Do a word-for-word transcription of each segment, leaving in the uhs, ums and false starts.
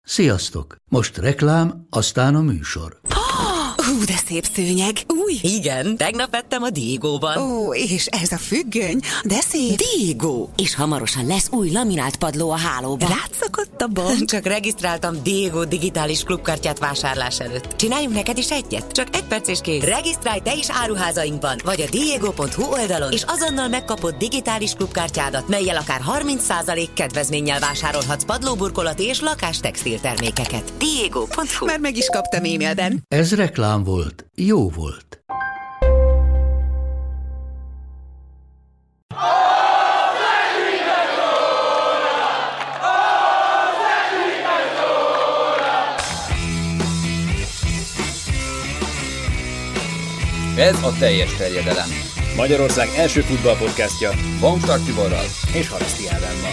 Sziasztok! Most reklám, aztán a műsor. Hú, de szép szőnyeg. Új? Igen, tegnap vettem a Diegóban. Ó, és ez a függöny, de szép. Diegó! És hamarosan lesz új laminált padló a hálóban. Rátszakadt a bank. Csak regisztráltam Diegó digitális klubkártyát vásárlás előtt. Csináljunk neked is egyet? Csak egy perc és kész. Regisztrálj te is áruházainkban, vagy a diego pont hu oldalon, és azonnal megkapod digitális klubkártyádat, mellyel akár harminc százalék kedvezménnyel vásárolhatsz padlóburkolati és lakástextil termékeket. diego pont hu. Már meg is kaptam e-mailben. Ez reklám volt, jó volt. Ez a teljes terjedelem. Magyarország első futballpodcastja Vamstart Tiborral és Haraszti Ádámmal.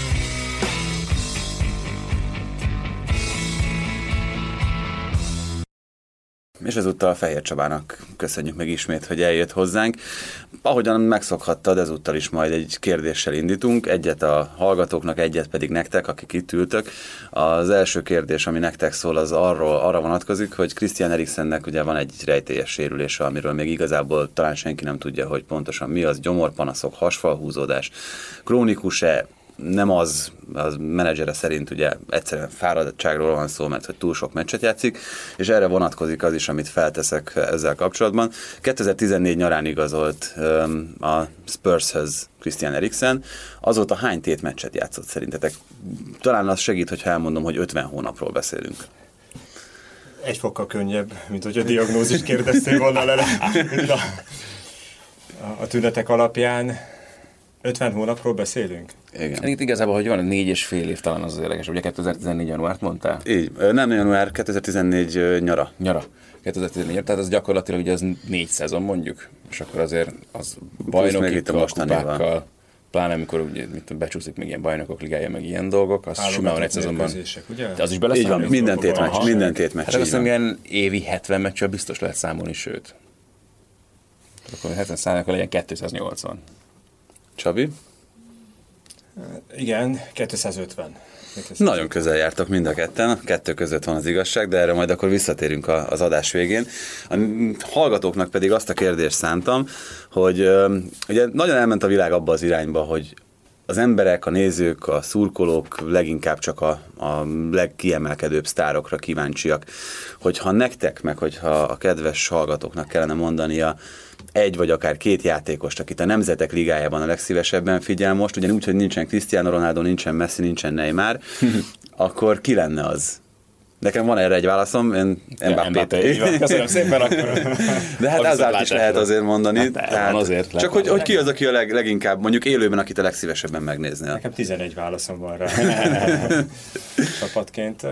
És ezúttal a Fehér Csabának köszönjük meg ismét, hogy eljött hozzánk. Ahogyan megszokhattad, ezúttal is majd egy kérdéssel indítunk, egyet a hallgatóknak, egyet pedig nektek, akik itt ültök. Az első kérdés, ami nektek szól, az arról, arra vonatkozik, hogy Christian Eriksennek ugye van egy rejtélyes sérülése, amiről még igazából talán senki nem tudja, hogy pontosan mi az, gyomorpanaszok, hasfalhúzódás, krónikus-e, nem az, az menedzsere szerint ugye egyszerűen fáradtságról van szó, mert hogy túl sok meccset játszik, és erre vonatkozik az is, amit felteszek ezzel kapcsolatban. kétezer-tizennégy nyarán igazolt um, a Spurshöz Christian Eriksen, azóta hány tétmeccset játszott szerintetek? Talán az segít, hogyha elmondom, hogy ötven hónapról beszélünk. Egy fokkal könnyebb, mint hogy a diagnózist kérdeztél volna le a, a tünetek alapján. ötven hónapról beszélünk? Igen. Itt igazából, hogy van négy és fél év, talán az az érdekes. Ugye kétezer-tizennégy januárt mondtál? Így, nem január, kétezer-tizennégy nyara. Nyara. kétezer-tizennégy, tehát az gyakorlatilag ugye az négy szezon mondjuk, és akkor azért az bajnokikkal, kupákkal, pláne amikor ugye, mit becsúszik még ilyen bajnokok ligája, meg ilyen dolgok, az simán van egy szezonban. De az is beleszámít? Így van, minden tétmeccs, minden tétmeccs. Hát azt hiszem, ilyen évi hetven meccsel biztos lehet számolni, sőt. Akkor hetven százalékkal legyen kétszáznyolcvan. Csabi? Igen, kétszázötven. Nagyon közel jártak mind a ketten, a kettő között van az igazság, de erre majd akkor visszatérünk az adás végén. A hallgatóknak pedig azt a kérdést szántam, hogy ugye nagyon elment a világ abba az irányba, hogy az emberek, a nézők, a szurkolók leginkább csak a, a legkiemelkedőbb sztárokra kíváncsiak. Hogyha nektek, meg hogyha a kedves hallgatóknak kellene mondania egy vagy akár két játékost, akit a Nemzetek Ligájában a legszívesebben figyel most, ugyanúgy, hogy nincsen Cristiano Ronaldo, nincsen Messi, nincsen Neymar, akkor ki lenne az? Nekem van erre egy válaszom, én Mbappé. Köszönöm szépen, akkor... De hát ezáltal is lehet azért mondani. Hát, tehát, azért csak hogy, hogy ki az, aki a leg, leginkább, mondjuk élőben, akit a legszívesebben megnéznél? Nekem tizenegy válaszom van rá. Csapatként.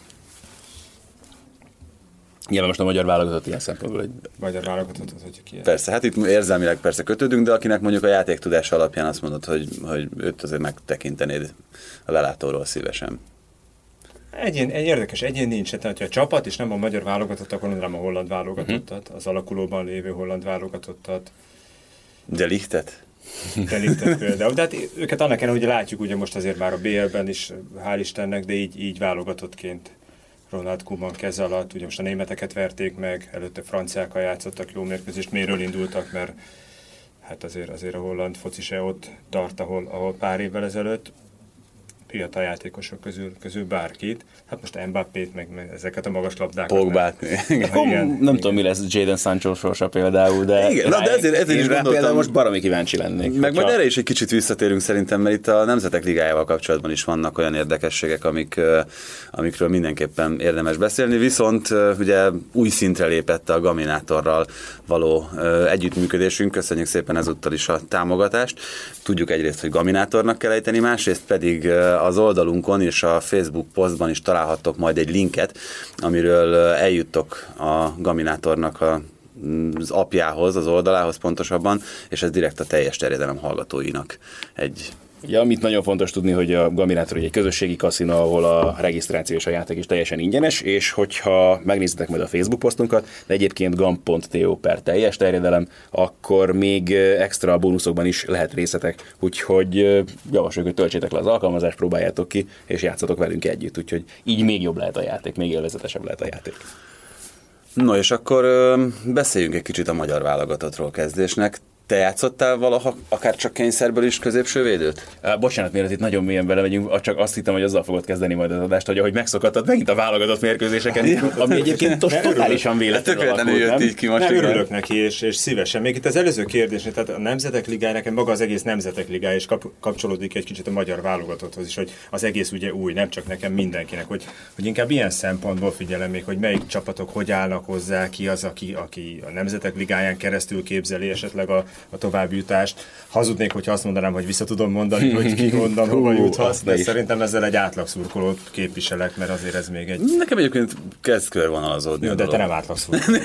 Nyilván most a magyar válogatott ilyen szempontból. Hogy... Magyar válogatott, hogy ki. Persze, hát itt érzelmileg persze kötődünk, de akinek mondjuk a játéktudás alapján azt mondod, hogy, hogy őt azért megtekintenéd a lelátóról szívesen. Egyén, egy érdekes egyén nincs, tehát ha a csapat, és nem a magyar válogatott, akkor nem a holland válogatottat, uh-huh. az alakulóban lévő holland válogatottat. De Lichtet? De Lichtet például. De hát őket annak ellenére, hogy látjuk ugye most azért már a bé el-ben is, hál' Istennek, de így, így válogatottként Ronald Koeman keze alatt, ugye most a németeket verték meg, előtte franciákkal játszottak jó mérkőzést, miről indultak, mert hát azért, azért a holland foci se ott tart, ahol, ahol pár évvel ezelőtt. Fiatal játékosok közül, közül bárkit. Hát most Mbappét, meg, meg ezeket a magas labdákat. Pogbát. Nem igen. tudom, mi lesz Jadon Sancho sorsa például, de, igen, na, de ezért, ezért is gondoltam. Például most baromi kíváncsi lennék. Meg hogyha... majd erre is egy kicsit visszatérünk szerintem, mert itt a Nemzetek Ligájával kapcsolatban is vannak olyan érdekességek, amik, amikről mindenképpen érdemes beszélni. Viszont ugye új szintre lépett a Gaminátorral való együttműködésünk. Köszönjük szépen ezúttal is a támogatást. Tudjuk egyrészt, hogy Gaminátornak kell ejteni, másrészt pedig az oldalunkon és a Facebook posztban is találhattok majd egy linket, amiről eljuttok a Gaminátornak a, az apjához, az oldalához pontosabban, és ez direkt a teljes terjedelem hallgatóinak egy Ja, amit nagyon fontos tudni, hogy a Gaminátor egy közösségi kaszinó, ahol a regisztráció és a játék is teljesen ingyenes, és hogyha megnézitek majd a Facebook posztunkat, de egyébként gam pont to per teljes terjedelem, akkor még extra bónuszokban is lehet részletek, úgyhogy javasoljuk, hogy töltsétek le az alkalmazást, próbáljátok ki, és játszatok velünk együtt, úgyhogy így még jobb lehet a játék, még élvezetesebb lehet a játék. No, és akkor ö, beszéljünk egy kicsit a magyar válogatottról kezdésnek. Te játszottál valaha akár csak kényszerből is középső védőt? Uh, bocsánat, mielőtt itt nagyon mélyen belemegyünk, csak azt hittem, hogy azzal fogod kezdeni majd az adást, hogy ahogy megszokhattad megint a válogatott mérkőzéseken, ami egyébként totálisan véletlenül alakult, jött így ki most. Nem, örülök neki, és, és szívesen. Még itt az előző kérdésnél, tehát a Nemzetek Ligája, nekem maga az egész Nemzetek Ligája, és kap, kapcsolódik egy kicsit a magyar válogatotthoz is, hogy az egész ugye új, nem csak nekem, mindenkinek, hogy, hogy inkább ilyen szempontból figyelem még, hogy melyik csapatok hogy állnak hozzá, ki az, aki, aki a Nemzetek Ligáján keresztül képzeli esetleg a a továbbjutást. Hazudnék, hogyha azt mondanám, hogy vissza tudom mondani, hogy ki honnan, hova juthatsz, de szerintem ezzel egy átlagszurkolót képviselek, mert azért ez még egy... Nekem egyébként kezd körvonalazódni. Jó, de te nem átlagszurkoló.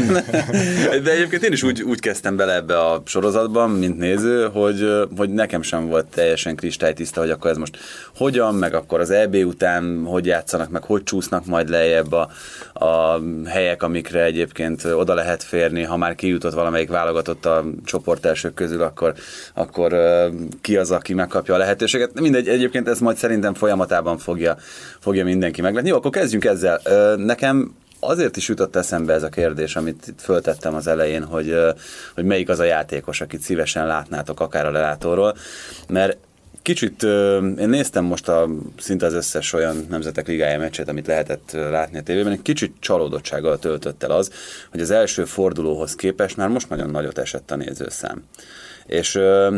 De egyébként én is úgy, úgy kezdtem bele ebbe a sorozatban, mint néző, hogy, hogy nekem sem volt teljesen kristálytiszta, hogy akkor ez most hogyan, meg akkor az é bé után hogy játszanak, meg hogy csúsznak majd lejjebb a, a helyek, amikre egyébként oda lehet férni, ha már kijutott valamelyik válogatott a csoportelsők közül, akkor, akkor uh, ki az, aki megkapja a lehetőséget. Mindegy, egyébként ez majd szerintem folyamatában fogja, fogja mindenki meglátni. Jó, akkor kezdjünk ezzel. Uh, nekem azért is jutott eszembe ez a kérdés, amit itt föltettem az elején, hogy, uh, hogy melyik az a játékos, akit szívesen látnátok akár a lelátóról, mert kicsit, én néztem most a, szinte az összes olyan Nemzetek Ligája meccset, amit lehetett látni a tévében, egy kicsit csalódottsággal töltött el az, hogy az első fordulóhoz képest már most nagyon nagyot esett a nézőszám. És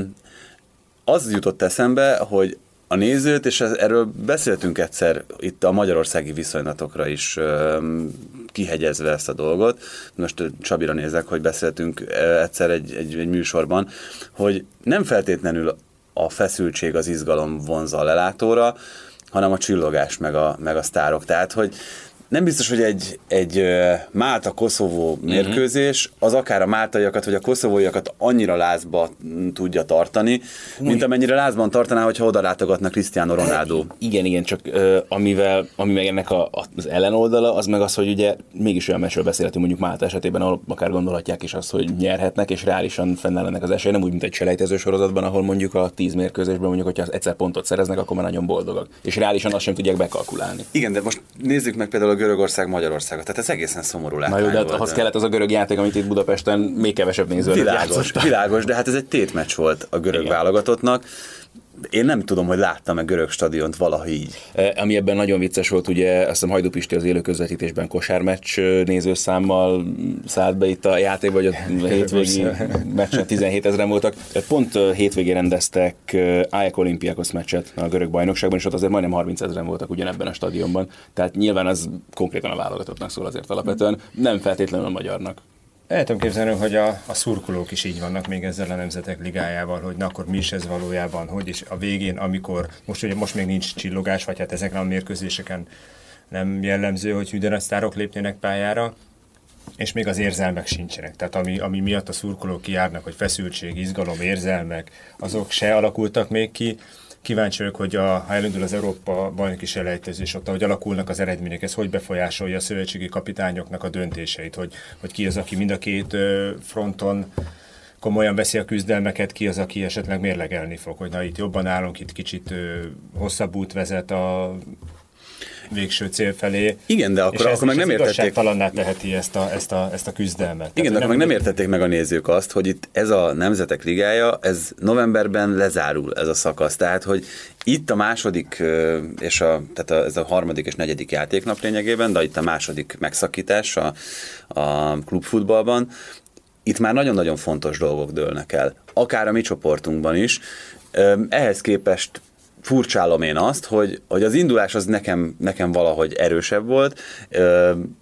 az jutott eszembe, hogy a nézőt, és erről beszéltünk egyszer itt a magyarországi viszonylatokra is kihegyezve ezt a dolgot, most Csabira nézek, hogy beszéltünk egyszer egy, egy, egy műsorban, hogy nem feltétlenül a feszültség, az izgalom vonzza a lelátóra, hanem a csillogás meg a, meg a sztárok. Tehát, hogy nem biztos, hogy egy, egy Málta-Koszovó mérkőzés az akár a máltaiakat vagy a koszovóiakat annyira lázba tudja tartani, mint amennyire lázban tartaná, hogyha oda látogatnak Cristiano Ronaldo. Igen, igen, csak uh, amivel, ami meg ennek a, az ellenoldala, az meg az, hogy ugye mégis olyan meccsről beszélhetünk mondjuk Málta esetében, ahol akár gondolhatják is azt, hogy nyerhetnek, és reálisan fennáll ennek az esély, nem úgy, mint egy selejtező sorozatban, ahol mondjuk a tíz mérkőzésben mondjuk, hogyha egyszer pontot szereznek, akkor már nagyon boldogak. És reálisan azt sem tudják bekalkulálni. Igen, de most nézzük meg például Görögország, Magyarországot. Tehát ez egészen szomorú látvány. Na jó, de volt. ahhoz kellett az a görög játék, amit itt Budapesten még kevesebb néző világos, világos, de hát ez egy tétmeccs volt a görög Igen. válogatottnak. Én nem tudom, hogy láttam-e görög stadiont valahogy így. E, ami ebben nagyon vicces volt, ugye azt hiszem Hajdú Pisti az élő közvetítésben kosármeccs nézőszámmal szállt be itt a játékba, vagy a hétvégi meccsen tizenhét ezeren voltak. Pont hétvégén rendeztek Ajax Olympiakos meccset a görög bajnokságban, és ott azért majdnem harminc ezeren voltak ugyanebben a stadionban. Tehát nyilván az konkrétan a válogatottnak szól azért alapvetően, nem feltétlenül a magyarnak. El tudom képzelni, hogy a, a szurkolók is így vannak még ezzel a Nemzetek Ligájával, hogy na akkor mi is ez valójában, hogy is a végén, amikor, most ugye most még nincs csillogás, vagy hát ezeken a mérkőzéseken nem jellemző, hogy hűdenesztárok lépnének pályára, és még az érzelmek sincsenek. Tehát ami, ami miatt a szurkolók kijárnak, hogy feszültség, izgalom, érzelmek, azok se alakultak még ki. Kíváncsi vagyok, hogy a, ha elindul az Európa bajnoki selejtezés, ott ahogy alakulnak az eredmények, ez hogy befolyásolja a szövetségi kapitányoknak a döntéseit, hogy, hogy ki az, aki mind a két fronton komolyan veszi a küzdelmeket, ki az, aki esetleg mérlegelni fog, hogy na itt jobban állunk, itt kicsit ö, hosszabb út vezet a végső cél felé. Igen, de akkor, akkor meg nem értették. Talanná teheti ezt a, ezt a, ezt a küzdelmet. Igen, de akkor meg nem értették meg a nézők azt, hogy itt ez a Nemzetek Ligája, ez novemberben lezárul ez a szakasz. Tehát, hogy itt a második, és a, tehát a, ez a harmadik és negyedik játéknap lényegében, de itt a második megszakítás a, a klubfutballban, itt már nagyon-nagyon fontos dolgok dőlnek el. Akár a mi csoportunkban is. Ehhez képest furcsálom én azt, hogy, hogy az indulás az nekem, nekem valahogy erősebb volt.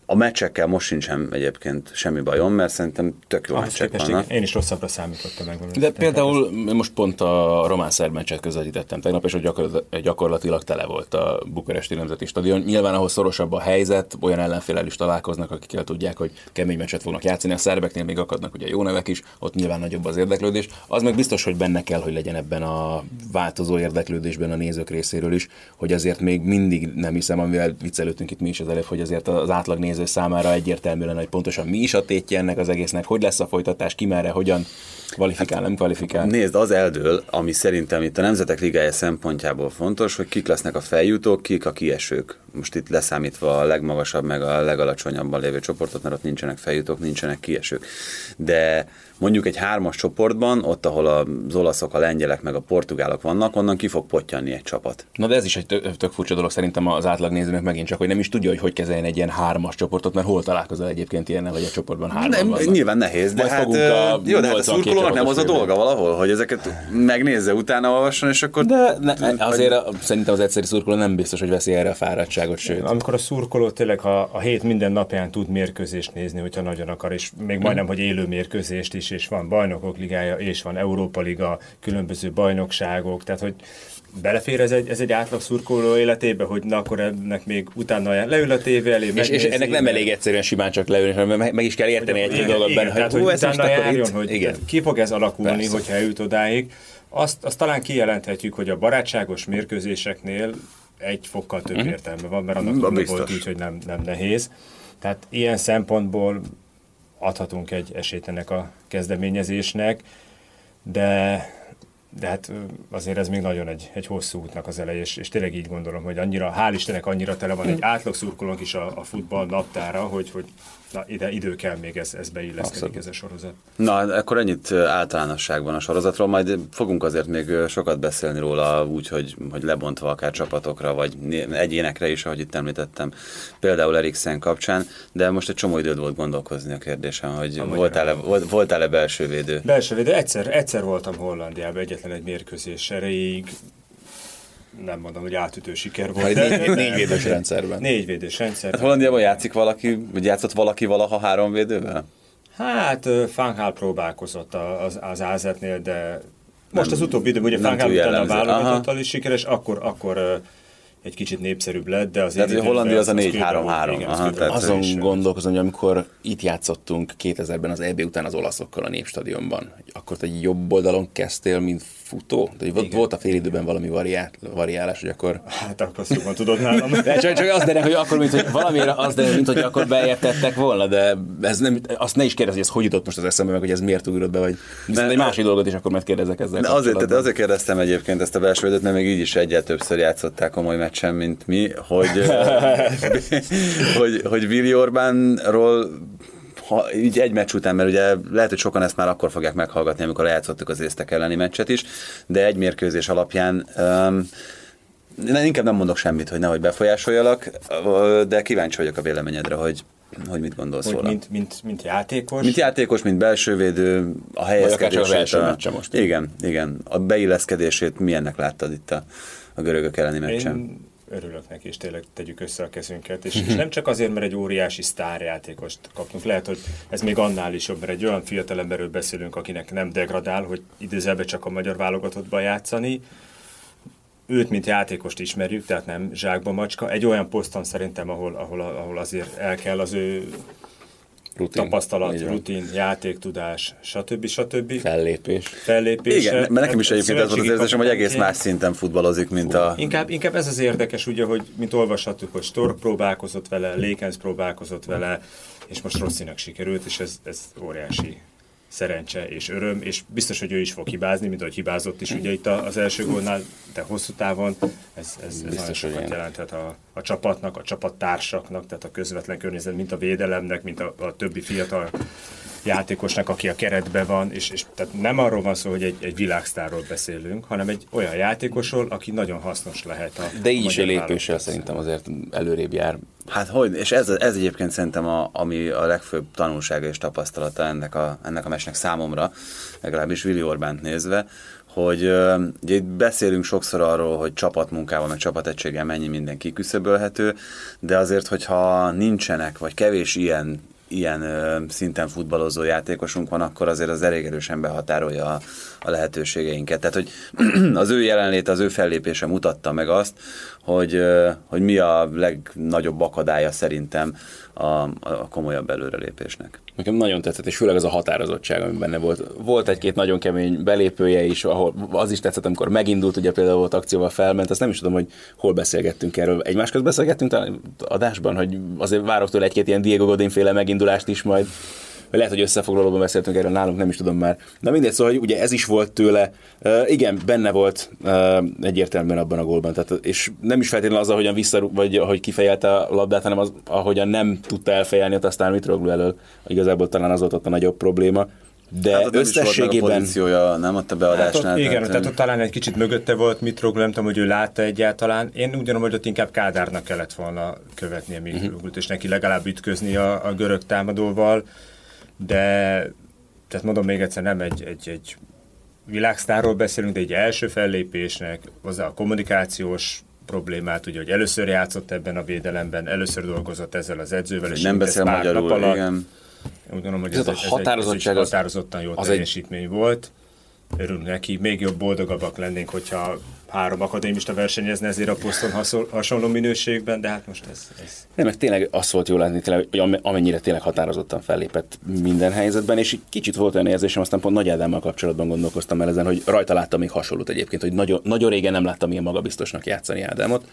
A meccsekkel most sincsen egyébként semmi bajom, mert szerintem tök jó meccsek vannak. Én is rosszabbra számítottam meg. De például most pont a román-szerb meccset közvetítettem tegnap, és gyakorlatilag, gyakorlatilag tele volt a bukaresti nemzeti stadion. Nyilván, ahol szorosabb a helyzet, olyan ellenféllel is találkoznak, akikkel tudják, hogy kemény meccset fognak játszani. A szerbeknél még akadnak ugye jó nevek is, ott nyilván nagyobb az érdeklődés. Az meg biztos, hogy benne kell, hogy legyen ebben a változó érdeklődésben a nézők részéről is, hogy azért még mindig nem hiszem, amivel viccelődtünk itt mi is az előbb, hogy azért az átlag néző számára egyértelmű lenne, hogy pontosan mi is a tétje ennek az egésznek, hogy lesz a folytatás, ki merre, hogyan kvalifikál, nem kvalifikál. Nézd, az eldől, ami szerintem itt a Nemzetek Ligája szempontjából fontos, hogy kik lesznek a feljutók, kik a kiesők. Most itt leszámítva a legmagasabb, meg a legalacsonyabban lévő csoportot, mert ott nincsenek feljutók, nincsenek kiesők. De mondjuk egy hármas csoportban, ott, ahol az olaszok, a lengyelek, meg a portugálok vannak, onnan ki fog pottyanni egy csapat. Na de ez is egy tök, tök furcsa dolog szerintem az átlagnézőnek megint csak, hogy nem is tudja, hogy hogy kezeljen egy ilyen hármas csoportot, mert hol találkozol egyébként ilyennel, hogy egy csoportban hárman nem, vannak. Nyilván nehéz, de hát, a jó, de hát a szurkolónak nem az a dolga valahol, hogy ezeket megnézze, utána olvasson, és akkor... De ne, azért a, szerintem az egyszerű szurkoló nem biztos, hogy veszi erre a fáradtságot, sőt. Amikor a szurkoló tényleg ha a hét minden napján tud mérkőzést nézni, hogyha nagyon akar, és még majdnem, hogy élő mérkőzést is, és van Bajnokok Ligája, és van Európa Liga, különböző bajnokságok, tehát hogy belefér ez egy, ez egy átlag szurkoló életébe, hogy na akkor ennek még utána leül a tévé elé, és, és ennek nem elég egyszerűen simán csak leülni, hanem meg, meg is kell érteni egy-két dolgot benne, hogy, hogy utána járjon, hogy igen. ki fog ez alakulni, Persze. hogyha eljut odáig. Azt, azt talán kijelenthetjük, hogy a barátságos mérkőzéseknél egy fokkal több mm. értelme van, mert annak nem volt úgy, hogy nem, nem nehéz. Tehát ilyen szempontból adhatunk egy esélyt ennek a kezdeményezésnek, de, de hát azért ez még nagyon egy, egy hosszú útnak az eleje, és, és tényleg így gondolom, hogy annyira, hál' Istennek annyira tele van egy átlag szurkolónk is a, a futball naptára, hogy, hogy na, ide idő kell még ez, ez beilleszkedik ez a sorozat. Na, akkor ennyit általánosságban a sorozatról, majd fogunk azért még sokat beszélni róla úgy, hogy, hogy lebontva akár csapatokra, vagy egyénekre is, ahogy itt említettem, például Eriksen kapcsán, de most egy csomó időd volt gondolkozni a kérdésen, hogy voltál-e, voltál-e belső védő? Belső védő, egyszer, egyszer voltam Hollandiában, egyetlen egy mérkőzés erejéig, nem mondom, hogy átütő siker volt. Négy, négyvédős rendszerben. Négyvédős rendszerben. Hát Hollandiában játszik valaki, vagy játszott valaki valaha három védővel? Hát Van Gaal próbálkozott az, az á zet-nél, de most nem, az utóbbi időben, ugye Van Gaal után a válogatottal is sikeres, akkor, akkor egy kicsit népszerűbb lett, de azért... Tehát, hogy Hollandia az a négy három három. Azon gondolkozom, hogy amikor itt játszottunk kétezerben az é bé után az olaszokkal a Népstadionban, akkor egy jobb oldalon kezdtél, mint futó? De volt, volt a fél időben valami variál, variálás, hogy akkor... Hát akkor azt jobban tudod nálam. De csak, csak azt derek, hogy akkor, mint hogy valamire azt derek, mint hogy akkor beértettek volna, de ez nem, azt ne is kérdez, hogy ez hogy jutott most az eszembe, meg hogy ez miért ugrott be, vagy viszont egy másik dolgot is akkor megkérdezek ezzel. De azért, de azért kérdeztem egyébként ezt a belső védőt, mert még így is egyel többször játszották komoly meccsen, mint mi, hogy, hogy, hogy Willi Orbánról ha, így egy meccs után, mert ugye lehet, hogy sokan ezt már akkor fogják meghallgatni, amikor lejátszottuk az észtek elleni meccset is, de egy mérkőzés alapján um, inkább nem mondok semmit, hogy nehogy befolyásoljalak, de kíváncsi vagyok a véleményedre, hogy, hogy mit gondolsz róla. Mint, mint, mint játékos? Mint játékos, mint belsővédő, a helyezkedését. A, most. Igen, igen. A beilleszkedését milyennek láttad itt a, a görögök elleni meccsen? Én örülök neki, és tényleg tegyük össze a kezünket. És, és nem csak azért, mert egy óriási sztárjátékost kaptunk. Lehet, hogy ez még annál is jobb, mert egy olyan fiatalemberről beszélünk, akinek nem degradál, hogy idézőjelben csak a magyar válogatottban játszani. Őt, mint játékost ismerjük, tehát nem zsákba macska. Egy olyan poszton szerintem, ahol, ahol, ahol azért el kell az ő rutin, tapasztalat, rutin, játéktudás, stb. stb. Fellépés. Fellépés. Igen, mert nekem is egyébként ez volt az érzésem, hogy egész más szinten futballozik, mint a... Inkább, inkább ez az érdekes, ugye, hogy mint olvashattuk, hogy Stork próbálkozott vele, Lékens próbálkozott vele, és most Rosszinak sikerült, és ez, ez óriási szerencse és öröm, és biztos, hogy ő is fog hibázni, mint ahogy hibázott is ugye itt az első gólnál, de hosszú távon ez, ez, ez nagyon sokat jelenthet a, a csapatnak, a csapattársaknak, tehát a közvetlen környezet, mint a védelemnek, mint a, a többi fiatal játékosnak, aki a keretben van, és, és tehát nem arról van szó, hogy egy, egy világsztárról beszélünk, hanem egy olyan játékosról, aki nagyon hasznos lehet a De így is egy lépéssel szerintem azért előrébb jár. Hát hogy, és ez, ez egyébként szerintem a, ami a legfőbb tanulsága és tapasztalata ennek a, ennek a meccsnek számomra, legalábbis Willi Orbánt nézve, hogy ugye itt beszélünk sokszor arról, hogy csapatmunkával, meg csapategységgel mennyi minden kiküszöbölhető, de azért, hogyha nincsenek, vagy kevés ilyen, ilyen szinten futballozó játékosunk van, akkor azért az elég erősen behatárolja a, a lehetőségeinket. Tehát, hogy az ő jelenléte, az ő fellépése mutatta meg azt, hogy, hogy mi a legnagyobb akadálya szerintem a, a komolyabb előrelépésnek. Nekem nagyon tetszett, és főleg az a határozottság, ami benne volt. Volt egy-két nagyon kemény belépője is, ahol az is tetszett, amikor megindult, ugye például volt akcióval felment, azt nem is tudom, hogy hol beszélgettünk erről. Egymás közt beszélgettünk talán adásban, hogy azért várok tőle egy-két ilyen Diego Godin féle megindulást is majd. Lehet, hogy összefoglalóban beszéltünk erről nálunk, nem is tudom már. Na mindegy, szóval, hogy ugye ez is volt tőle. Uh, igen, benne volt uh, egyértelműen abban a gólban. Tehát, és nem is feltétlenül az, ahogyan vissza, vagy ahogy kifejelte a labdát, hanem az, ahogyan nem tudta elfejelni, ott aztán Mitroglou elől. Igazából talán az volt ott a nagyobb probléma. De hát összességében... Nem pozíciója, nem ott a beadásnál. Hát ott, igen, tehát, tehát ott talán egy kicsit mögötte volt Mitroglou, nem tudom, hogy ő látta egyáltalán. Én úgy gondolom, hogy ott inkább Kádárnak kellett volna követnie Mitroglót, uh-huh. és neki legalább ütközni a, a görög támadóval. De, tehát mondom még egyszer, nem egy, egy, egy világsztárról beszélünk, de egy első fellépésnek, hozzá a kommunikációs problémát, ugye, hogy először játszott ebben a védelemben, először dolgozott ezzel az edzővel, és nem beszél magyarul, igen. Úgy gondolom, hogy ez, ez, ez, ez egy határozottan jó teljesítmény egy... volt. Örülünk neki, még jobb, boldogabbak lennénk, hogyha három akadémista versenyezne ezért a poszton hasonló minőségben, de hát most ez... ez... Nem, meg tényleg azt volt jól látni, tényleg, hogy amennyire tényleg határozottan fellépett minden helyzetben, és kicsit volt olyan érzésem, aztán pont Nagy Ádámmal kapcsolatban gondolkoztam el ezen, hogy rajta láttam még hasonlót egyébként, hogy nagyon, nagyon régen nem láttam ilyen magabiztosnak játszani Ádámot,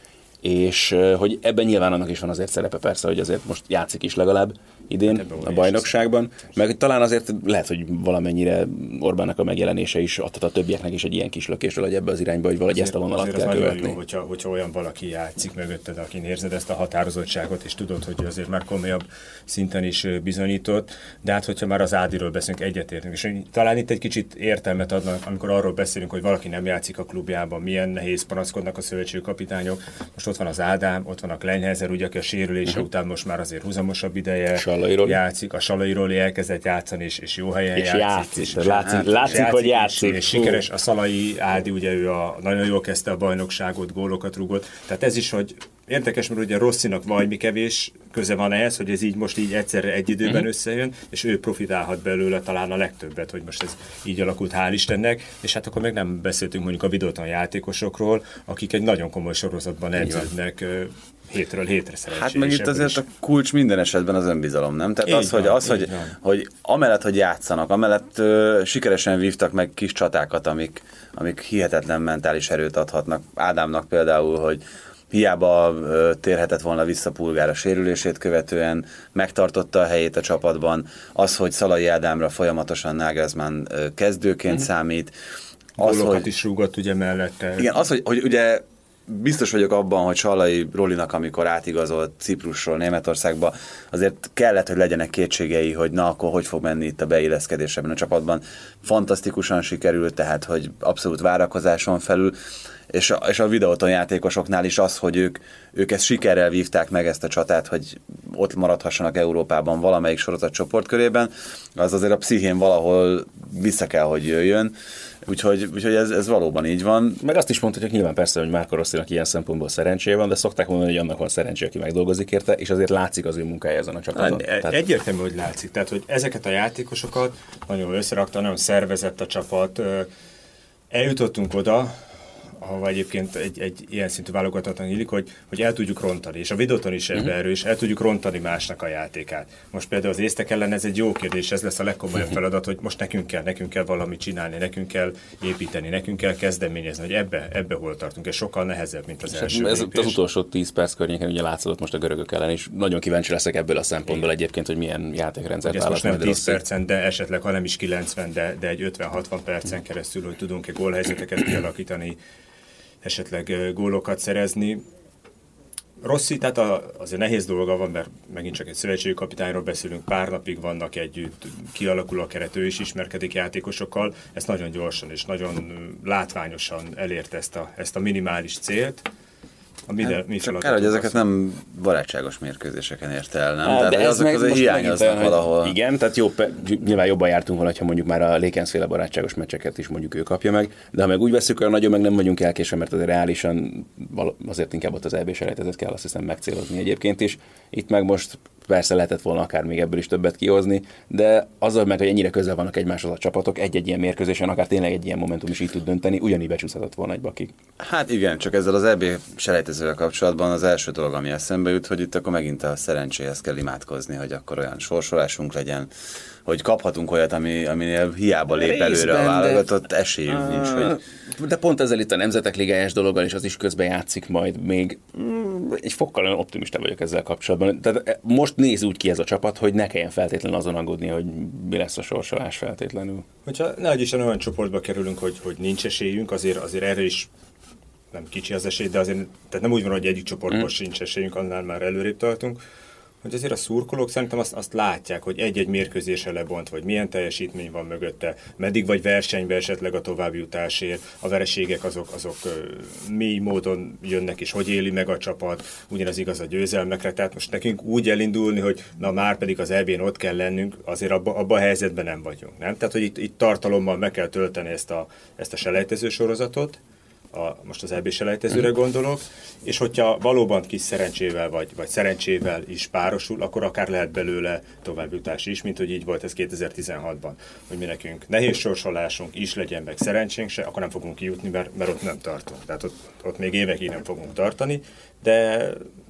és hogy ebben nyilván annak is van azért szerepe persze, hogy azért most játszik is legalább idén hát a bajnokságban, meg talán azért lehet, hogy valamennyire Orbánnak a megjelenése is adhat a többieknek is egy ilyen kis lökésről, hogy ebbe az irányba, hogy valahogy ezt a vonalat kell követni. Jó, hogyha, hogyha olyan valaki játszik mögötted, akin érzed ezt a határozottságot, és tudod, hogy azért már komolyabb szinten is bizonyított, de hát hogyha már az Ádiról beszélünk, egyetértünk, és talán itt egy kicsit értelmet adnak, amikor arról beszélünk, hogy valaki nem játszik a klubjában, milyen nehéz panaszkodnak a szövetségi kapitányok. Most ott van az Ádám, ott van a Kleinheiser, ugye, aki a sérülése uh-huh. után most már azért húzamosabb ideje Salai játszik. A Salai Róli elkezdett játszani, és, és jó helyen és játszik. játszik. És, és látszik, látszik, látszik, hogy játszik. És, és sikeres. A Szalai Ádi, ugye ő a, nagyon jól kezdte a bajnokságot, gólokat rúgott. Tehát ez is, hogy érdekes, mert ugye Rossinak valami kevés köze van ehhez, hogy ez így most így egyszerre egy időben uh-huh. összejön, és ő profitálhat belőle talán a legtöbbet, hogy most ez így alakult, hál' Istennek, és hát akkor még nem beszéltünk mondjuk a Videoton játékosokról, akik egy nagyon komoly sorozatban edződnek hétről hétre szerencsé. Hát meg itt azért is. A kulcs minden esetben az önbizalom, nem? Tehát így az, van, hogy, az hogy, hogy amellett, hogy játszanak, amellett ö, sikeresen vívtak meg kis csatákat, amik, amik hihetetlen mentális erőt adhatnak. Ádámnak például, hogy hiába ö, térhetett volna vissza Pulgár a sérülését követően, megtartotta a helyét a csapatban, az, hogy Szalai Ádámra folyamatosan Nagelsmann ö, kezdőként uh-huh. számít. Az, Gólokat hogy, is rúgott ugye mellette. Igen, az, hogy, hogy ugye biztos vagyok abban, hogy Salai Rolinak, amikor átigazolt Ciprusról Németországba, azért kellett, hogy legyenek kétségei, hogy na, akkor hogy fog menni itt a beilleszkedés ebben a csapatban. Fantasztikusan sikerült, tehát, hogy abszolút várakozáson felül, és a, és a Videoton játékosoknál is az, hogy ők, ők ezt sikerrel vívták meg ezt a csatát, hogy ott maradhassanak Európában valamelyik sorozat csoportkörében, az azért a pszichén valahol vissza kell, hogy jöjjön. Úgyhogy, úgyhogy ez, ez valóban így van. Meg azt is mondhatjuk nyilván persze, hogy Marco Rossinak ilyen szempontból szerencséje van, de szokták mondani, hogy annak van szerencsé, aki megdolgozik érte, és azért látszik az ő munkája ezen a csapaton. Tehát... Egyértelmű, hogy látszik. Tehát, hogy ezeket a játékosokat nagyon összerakta, nagyon szervezett a csapat. Eljutottunk oda, ahova egyébként egy, egy ilyen szintű válogatottan illik, hogy, hogy el tudjuk rontani, és a Videoton is ebben uh-huh. erős, el tudjuk rontani másnak a játékát. Most például az észtek ellen ez egy jó kérdés, ez lesz a legkomolyabb feladat, hogy most nekünk kell, nekünk kell valamit csinálni, nekünk kell építeni, nekünk kell kezdeményezni, hogy ebbe, ebbe hol tartunk, ez sokkal nehezebb, mint az első Ez lépés. Az utolsó tíz perc környéken ugye látszott most a görögök ellen, és nagyon kíváncsi leszek ebből a szempontból igen. egyébként, hogy milyen játékrendszert választ. Most nem tíz percen, de esetleg, ha nem is kilencven, de, de egy ötven-hatvan percen keresztül, hogy tudunk-e gólhelyzeteket kialakítani, esetleg gólokat szerezni. Rossi, tehát a, azért nehéz dolga van, mert megint csak egy szövetségi kapitányról beszélünk, pár napig vannak együtt, kialakul a keret, ő is ismerkedik játékosokkal, ezt nagyon gyorsan és nagyon látványosan elérte ezt a, ezt a minimális célt, A mi, hát, mi csak kell, hogy ezeket nem barátságos mérkőzéseken ért el, nem? Hát, tehát azok azért hiányoznak valahol. Igen, tehát jó, nyilván jobban jártunk volna, ha mondjuk már a Lakers-féle barátságos meccseket is mondjuk ő kapja meg, de ha meg úgy veszük, olyan nagyon meg nem vagyunk elkésve, mert azért reálisan azért inkább ott az é bé-selejtezőt kell azt hiszem megcélozni egyébként is. Itt meg most persze lehetett volna akár még ebből is többet kihozni, de azzal meg, hogy ennyire közel vannak egymáshoz a csapatok, egy-egy ilyen mérkőzésen, akár tényleg egy ilyen momentum is így tud dönteni, ugyanígy becsúszhatott volna egy baki. Hát igen, csak ezzel az é bé-selejtezővel kapcsolatban az első dolog, ami eszembe jut, hogy itt akkor megint a szerencséhez kell imádkozni, hogy akkor olyan sorsolásunk legyen, hogy kaphatunk olyat, ami, aminél hiába lép részben, előre a válogatott, esélyünk ah, nincs. Hogy... De pont ezzel itt a Nemzetek Ligájás dologgal is az is közben játszik majd még. Egy fokkal olyan optimista vagyok ezzel kapcsolatban. Tehát most néz úgy ki ez a csapat, hogy ne kelljen feltétlenül azon aggódni, hogy mi lesz a sorsolás feltétlenül. Hogyha nehogy is olyan csoportba kerülünk, hogy, hogy nincs esélyünk, azért, azért erre is nem kicsi az esély, de azért tehát nem úgy van, hogy egyik csoportban hmm. sincs esélyünk, annál már előrébb tartunk. Hogy azért a szurkolók szerintem azt, azt látják, hogy egy-egy mérkőzésre lebont, vagy milyen teljesítmény van mögötte, meddig vagy versenybe esetleg a továbbjutásért, a vereségek azok, azok mély módon jönnek, és hogy éli meg a csapat, ugyanaz igaz a győzelmekre, tehát most nekünk úgy elindulni, hogy na már pedig az é bén ott kell lennünk, azért abban abba a helyzetben nem vagyunk, nem? Tehát, hogy itt, itt tartalommal meg kell tölteni ezt a, ezt a selejtező sorozatot, A, most az é bé-selejtezőre gondolok, és hogyha valóban kis szerencsével vagy, vagy szerencsével is párosul, akkor akár lehet belőle továbbjutás is, mint hogy így volt ez kétezer-tizenhatban, hogy mi nekünk nehéz sorsolásunk is legyen, meg szerencsénk se, akkor nem fogunk kijutni, mert, mert ott nem tartunk. Tehát ott, ott még évekig nem fogunk tartani, de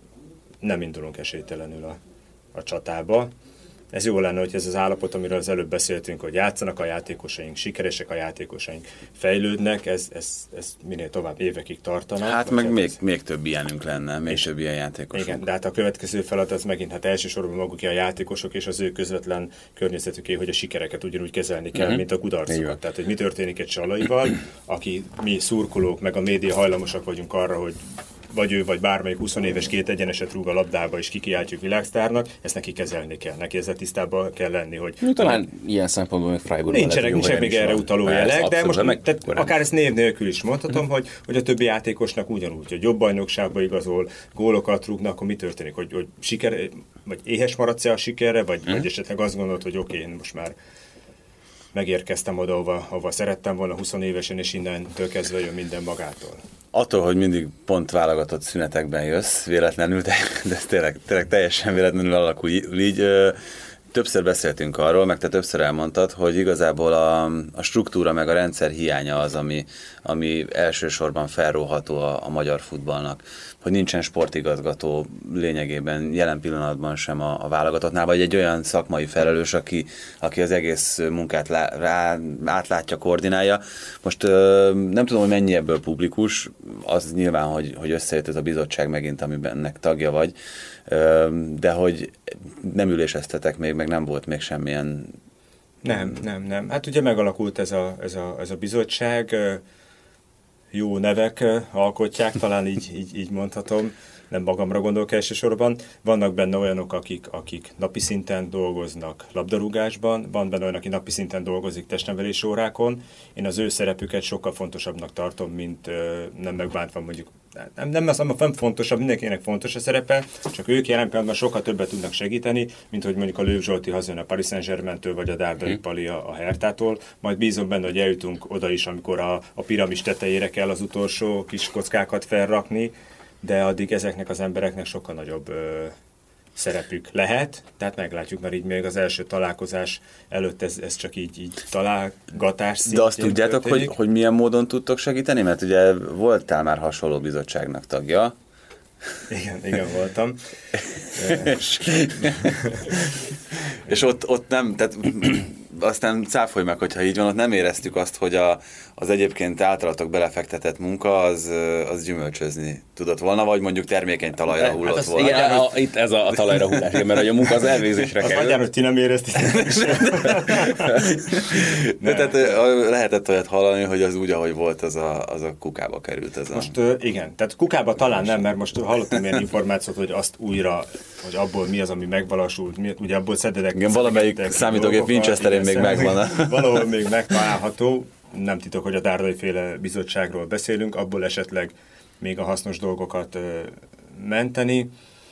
nem indulunk esélytelenül a, a csatába. Ez jó lenne, hogy ez az állapot, amiről az előbb beszéltünk, hogy játszanak a játékosaink, sikeresek a játékosaink, fejlődnek, ez, ez, ez minél tovább évekig tartana. Hát meg még, ez... még több ilyenünk lenne, még és több ilyen játékosunk. Igen, de hát a következő feladat az megint, hát elsősorban maguké a játékosok és az ő közvetlen környezetüké, hogy a sikereket ugyanúgy kezelni kell, mm-hmm. mint a kudarcokat. Tehát, hogy mi történik egy Csalaival, aki mi szurkolók, meg a média hajlamosak vagyunk arra, hogy vagy ő, vagy bármelyik húsz éves két egyeneset rúg a labdába, és kikiáltjuk világsztárnak, ezt neki kezelni kell, neki ezzel tisztában kell lenni, hogy... Talán nem, ilyen szempontból még Freiburgban nincsenek, nincsenek még erre utaló jelek, de most meg, tehát akár ezt név nélkül is mondhatom, hogy, hogy a többi játékosnak ugyanúgy, hogy jobb bajnokságba igazol, gólokat rúgnak, akkor mi történik, hogy, hogy siker, vagy éhes maradsz-e a sikerre, vagy, hmm. vagy esetleg azt gondolod, hogy oké, okay, most már megérkeztem oda, ahova, ahova szerettem volna húsz évesen, és innentől kezdve jön minden magától. Attól, hogy mindig pont válogatott szünetekben jössz, véletlenül, de, de ez tényleg, tényleg teljesen véletlenül alakul így. Többször beszéltünk arról, meg te többször elmondtad, hogy igazából a, a struktúra meg a rendszer hiánya az, ami, ami elsősorban felróható a, a magyar futballnak. Hogy nincsen sportigazgató lényegében jelen pillanatban sem a, a válogatottnál, vagy egy olyan szakmai felelős, aki, aki az egész munkát lá, rá, átlátja, koordinálja. Most nem tudom, hogy mennyi ebből publikus, az nyilván, hogy, hogy összejött ez a bizottság megint, amiben ennek tagja vagy, de hogy nem üléseztetek még, meg nem volt még semmilyen... Nem, nem, nem. Hát ugye megalakult ez a, ez a, ez a bizottság, jó nevek alkotják, talán így, így, így mondhatom, nem magamra gondolok elsősorban. Vannak benne olyanok, akik, akik napi szinten dolgoznak labdarúgásban, van benne olyan, aki napi szinten dolgozik testnevelési órákon. Én az ő szerepüket sokkal fontosabbnak tartom, mint nem megbántva mondjuk. Nem, nem, az, nem fontosabb, mindenkinek fontos a szerepe, csak ők jelen pillanatban sokkal többet tudnak segíteni, mint hogy mondjuk a Lőv Zsolti hazajön a Paris Saint-Germaintől, vagy a Dárdai Pali a, a Hertától. Majd bízom benne, hogy eljutunk oda is, amikor a, a piramis tetejére kell az utolsó kis kockákat felrakni, de addig ezeknek az embereknek sokkal nagyobb ö, szerepük lehet, tehát meglátjuk, mert így még az első találkozás előtt ez, ez csak így, így találgatás szintjén. De azt tudjátok, hogy, hogy milyen módon tudtok segíteni? Mert ugye voltál már hasonló bizottságnak tagja. Igen, igen, voltam. és, és ott, ott nem, tehát aztán cáfolj meg, hogyha így van, ott nem éreztük azt, hogy a, az egyébként általatok belefektetett munka az, az gyümölcsözni tudott volna, vagy mondjuk termékeny talajra de, hullott hát volna. Igen, a, a, itt ez a, a talajra hullás, mert a munka az elvégzésre kerül. Azt hogy ti nem éreztétek. De tehát lehetett olyat hallani, hogy az úgy, ahogy volt, az a, az a kukába került. Ez most a... igen, tehát kukába talán nem, mert most hallottam ilyen információt, hogy azt újra, hogy abból mi az, ami megvalósult, mi, ugye abból szededek. Igen, valamelyik számítógép Winchesterén még megvan. Valahol még megtalálható. Nem titok, hogy a Dárdai féle bizottságról beszélünk, abból esetleg még a hasznos dolgokat ö, menteni.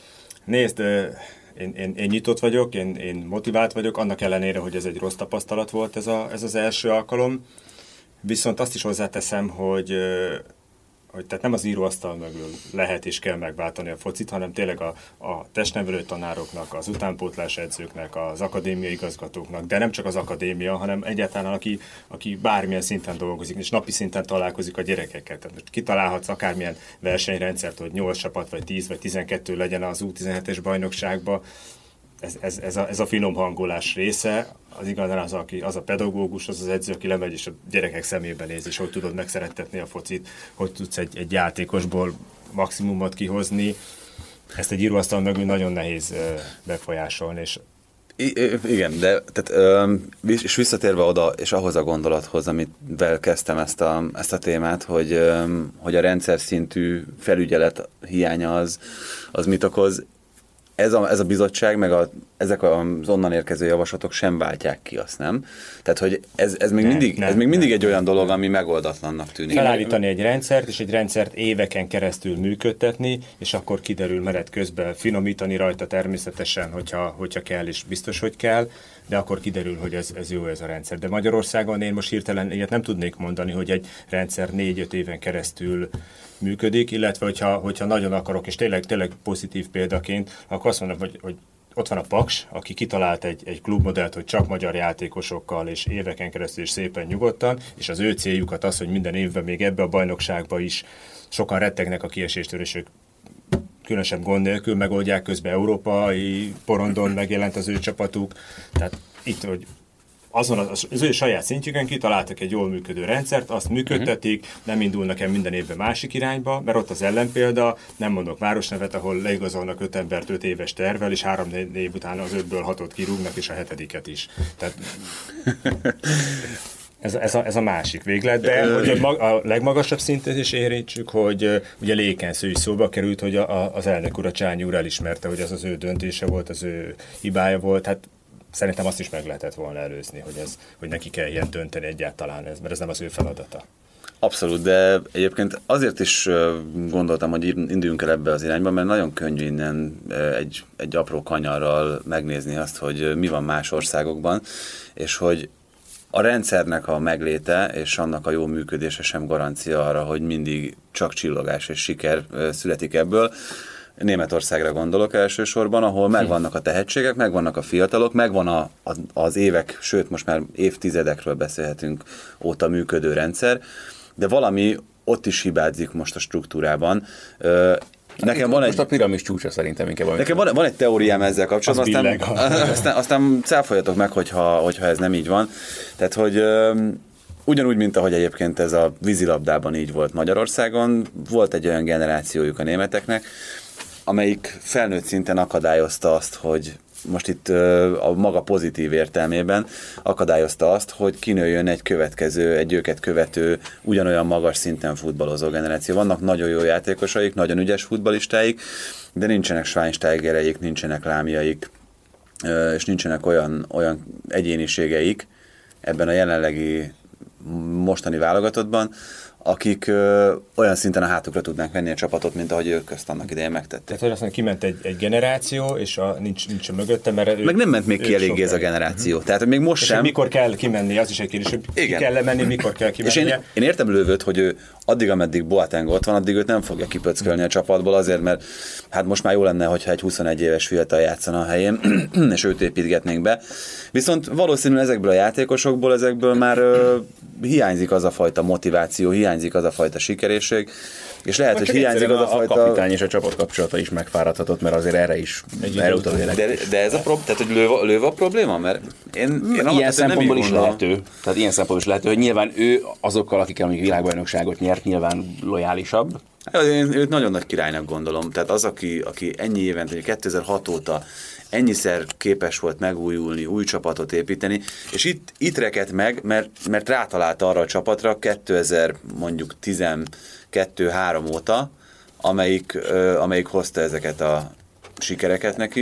Nézd, ö, én, én, én nyitott vagyok, én, én motivált vagyok, annak ellenére, hogy ez egy rossz tapasztalat volt ez, a, ez az első alkalom. Viszont azt is hozzáteszem, hogy, hogy tehát nem az íróasztal mögül lehet és kell megváltani a focit, hanem tényleg a, a testnevelő tanároknak, az utánpótlás edzőknek, az akadémiai igazgatóknak, de nem csak az akadémia, hanem egyáltalán aki, aki bármilyen szinten dolgozik, és napi szinten találkozik a gyerekekkel. Tehát most kitalálhatsz akármilyen versenyrendszert, hogy nyolc csapat, vagy tíz, vagy tizenkettő legyen az U tizenhetes bajnokságban. Ez, ez, ez, a, ez a finom hangolás része, az igazán az, aki, az a pedagógus, az az edző, aki lemegy és a gyerekek szemébe néz, és hogy tudod megszerettetni a focit, hogy tudsz egy, egy játékosból maximumot kihozni. Ezt egy íróasztal mögül nagyon nehéz befolyásolni. És I, igen, de tehát, és visszatérve oda, és ahhoz a gondolathoz, amivel kezdtem ezt a, ezt a témát, hogy, hogy a rendszer szintű felügyelet hiánya az, az mit okoz. Ez a, ez a bizottság, meg a, ezek az onnan érkező javaslatok sem váltják ki azt, nem? Tehát, hogy ez, ez még, nem, mindig, nem, ez még mindig nem, egy olyan dolog, ami megoldatlannak tűnik. Felállítani egy rendszert, és egy rendszert éveken keresztül működtetni, és akkor kiderül menet közben finomítani rajta természetesen, hogyha, hogyha kell, és biztos, hogy kell, de akkor kiderül, hogy ez, ez jó ez a rendszer. De Magyarországon én most hirtelen ilyet nem tudnék mondani, hogy egy rendszer négy-öt éven keresztül működik, illetve hogyha, hogyha nagyon akarok, és tényleg, tényleg pozitív példaként, akkor azt mondom, hogy, hogy ott van a Paks, aki kitalált egy, egy klubmodellt, hogy csak magyar játékosokkal, és éveken keresztül is szépen nyugodtan, és az ő céljukat az, hogy minden évben még ebbe a bajnokságba is sokan rettegnek a kieséstől, és ők különösebb gond nélkül megoldják, közben európai porondon megjelent az ő csapatuk. Tehát itt, hogy azon az, az ő saját szintjükön kitaláltak egy jól működő rendszert, azt működtetik, nem indulnak el minden évben másik irányba, mert ott az ellenpélda, nem mondok városnevet, ahol leigazolnak öt embert öt éves tervvel, és három év után az ötből hatot kirúgnak, és a hetediket is. Tehát ez, ez, a, ez a másik véglet, de hogy a, mag, a legmagasabb szintet is érintsük, hogy ugye Lékensző is szóba került, hogy a, a, az elnök úr, a Csányi úr elismerte, hogy ez az ő döntése volt, az ő hibája volt, hát szerintem azt is meg lehetett volna előzni, hogy, ez, hogy neki kell ilyen dönteni egyáltalán ez, mert ez nem az ő feladata. Abszolút, de egyébként azért is gondoltam, hogy induljunk el ebbe az irányba, mert nagyon könnyű innen egy, egy apró kanyarral megnézni azt, hogy mi van más országokban, és hogy a rendszernek a megléte és annak a jó működése sem garancia arra, hogy mindig csak csillogás és siker születik ebből. Németországra gondolok elsősorban, ahol megvannak a tehetségek, megvannak a fiatalok, megvan a, a, az évek, sőt most már évtizedekről beszélhetünk óta működő rendszer, de valami ott is hibázik most a struktúrában. Nekem van egy... Most a piramis csúcsa szerintem inkább. Nekem van, van egy teóriám ezzel kapcsolatban, aztán, aztán, aztán cáfoljatok meg, hogyha, hogyha ez nem így van. Tehát, hogy ugyanúgy, mint ahogy egyébként ez a vízilabdában így volt Magyarországon, volt egy olyan generációjuk a németeknek, amelyik felnőtt szinten akadályozta azt, hogy most itt a maga pozitív értelmében akadályozta azt, hogy kinőjön egy következő, egy őket követő, ugyanolyan magas szinten futballozó generáció. Vannak nagyon jó játékosaik, nagyon ügyes futballistáik, de nincsenek Schweinsteigereik, nincsenek Lámjaik, és nincsenek olyan, olyan egyéniségeik ebben a jelenlegi mostani válogatottban, akik ö, olyan szinten a hátukra tudnánk venni a csapatot, mint ahogy ők közt annak idején megtették. Tehát, hogy azt mondja, kiment egy, egy generáció, és a, nincs, nincs a mögötte, mert ő, meg nem ment még ki eléggé ez a generáció. Uh-huh. Tehát, hogy még most és sem... mikor kell kimenni, az is egy kérdés, hogy ki kell lemenni, mikor kell kimenni. És én, én értem Lővöt, hogy ő addig, ameddig Boateng ott van, addig őt nem fogja kipöckölni a csapatból azért, mert hát most már jó lenne, hogyha egy huszonegy éves fiatal játszana a helyén, és őt építgetnénk be. Viszont valószínűleg ezekből a játékosokból, ezekből már ö, hiányzik az a fajta motiváció, hiányzik az a fajta sikerészség, és lehet, hogy hiányzik az a, a fajta... A kapitány és a csapat kapcsolata is megfáradhatott, mert azért erre is elutalják. De, de ez a probléma, tehát hogy lőve, lőve a probléma? Mert én, én ilyen szempontból is lehető. Tehát ilyen szempontból is lehető, hogy nyilván ő azokkal, akikkel még világbajnokságot nyert, nyilván lojálisabb. Én őt nagyon nagy királynak gondolom. Tehát az, aki, aki ennyi évent, kétezer-hat óta ennyiszer képes volt megújulni, új csapatot építeni, és itt, itt rekedt meg, mert, mert rátalált arra a csapatra kétezer mondjuk tizenkettő-három óta, amelyik, ö, amelyik hozta ezeket a sikereket neki,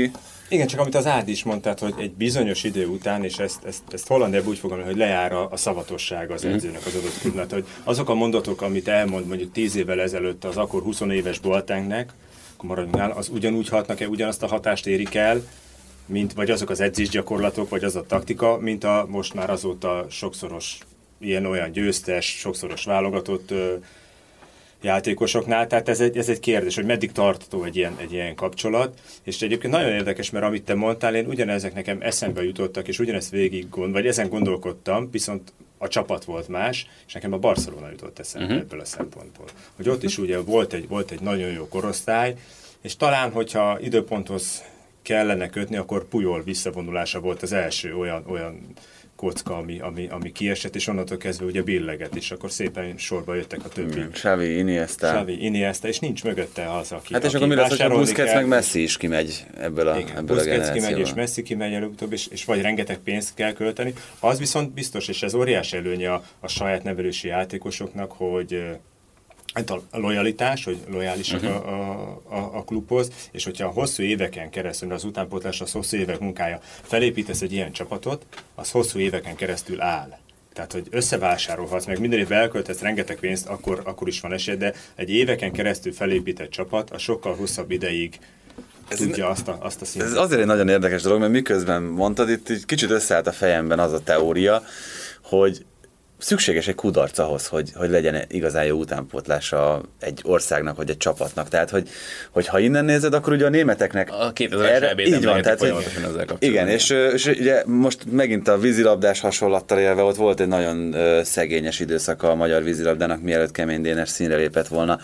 Igen, csak amit az Ádi is mondtad, hogy egy bizonyos idő után, és ezt, ezt, ezt Hollandiában úgy fogom, hogy lejár a, a szavatosság az edzőnek az adott pillanat, hogy azok a mondatok, amit elmond mondjuk tíz évvel ezelőtt az akkor húsz éves Boatengnek, akkor maradjunk nála, az ugyanúgy hatnak-e, ugyanazt a hatást érik el, mint vagy azok az edzésgyakorlatok, vagy az a taktika, mint a most már azóta sokszoros ilyen-olyan győztes, sokszoros válogatott ö, játékosoknál. Tehát ez egy, ez egy kérdés, hogy meddig tartható egy ilyen, egy ilyen kapcsolat. És egyébként nagyon érdekes, mert amit te mondtál, én ugyanezek nekem eszembe jutottak, és ugyanezt végig gond, vagy ezen gondolkodtam, viszont a csapat volt más, és nekem a Barcelona jutott eszembe uh-huh. ebből a szempontból. Hogy ott is ugye volt egy, volt egy nagyon jó korosztály, és talán, hogyha időponthoz kellene kötni, akkor Pujol visszavonulása volt az első olyan, olyan kocka, ami, ami, ami kiesett, és onnantól kezdve ugye billeget, és akkor szépen sorba jöttek a többi. Xavi, Iniesta. Xavi, Iniesta, és nincs mögötte az, aki Hát és aki akkor mi lesz, hogy a Busquets meg kell, Messi is kimegy ebből a, igen, ebből a generációból. kimegy, és generációból. Messi kimegy előbb-utóbb, és, és vagy rengeteg pénzt kell költeni. Az viszont biztos, és ez óriási előnye a, a saját nevelési játékosoknak, hogy hát a lojalitás, hogy lojálisak uh-huh. a, a, a klubhoz, és hogyha a hosszú éveken keresztül, az utánpótlás, az hosszú évek munkája, felépítesz egy ilyen csapatot, az hosszú éveken keresztül áll. Tehát, hogy összevásárolhatsz, meg minden évben elköltesz rengeteg pénzt, akkor, akkor is van esély, de egy éveken keresztül felépített csapat, a sokkal hosszabb ideig ez tudja azt a, azt a szintet. Ez azért egy nagyon érdekes dolog, mert miközben mondtad, itt egy kicsit összeállt a fejemben az a teória, hogy szükséges egy kudarc ahhoz, hogy, hogy legyen igazán jó utánpótlása egy országnak, vagy egy csapatnak. Tehát, hogy, hogy ha innen nézed, akkor ugye a németeknek... A kétezres é bé-t így van, tehát, hogy, ezzel kapcsolatban. igen, és, és ugye most megint a vízilabdás hasonlattal élve, ott volt egy nagyon uh, szegényes időszaka a magyar vízilabdának, mielőtt Kemény Dénes színre lépett volna.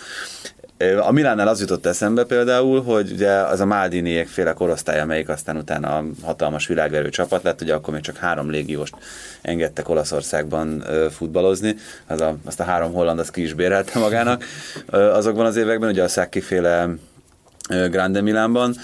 A Milánnál az jutott eszembe például, hogy ugye az a Maldiniék féle korosztály, amelyik aztán utána a hatalmas világverő csapat lett, ugye akkor még csak három légióst engedtek Olaszországban futballozni, az a, azt a három holland azt ki is bérelte magának azokban az években, ugye a Sacchi féle Grande Milánban,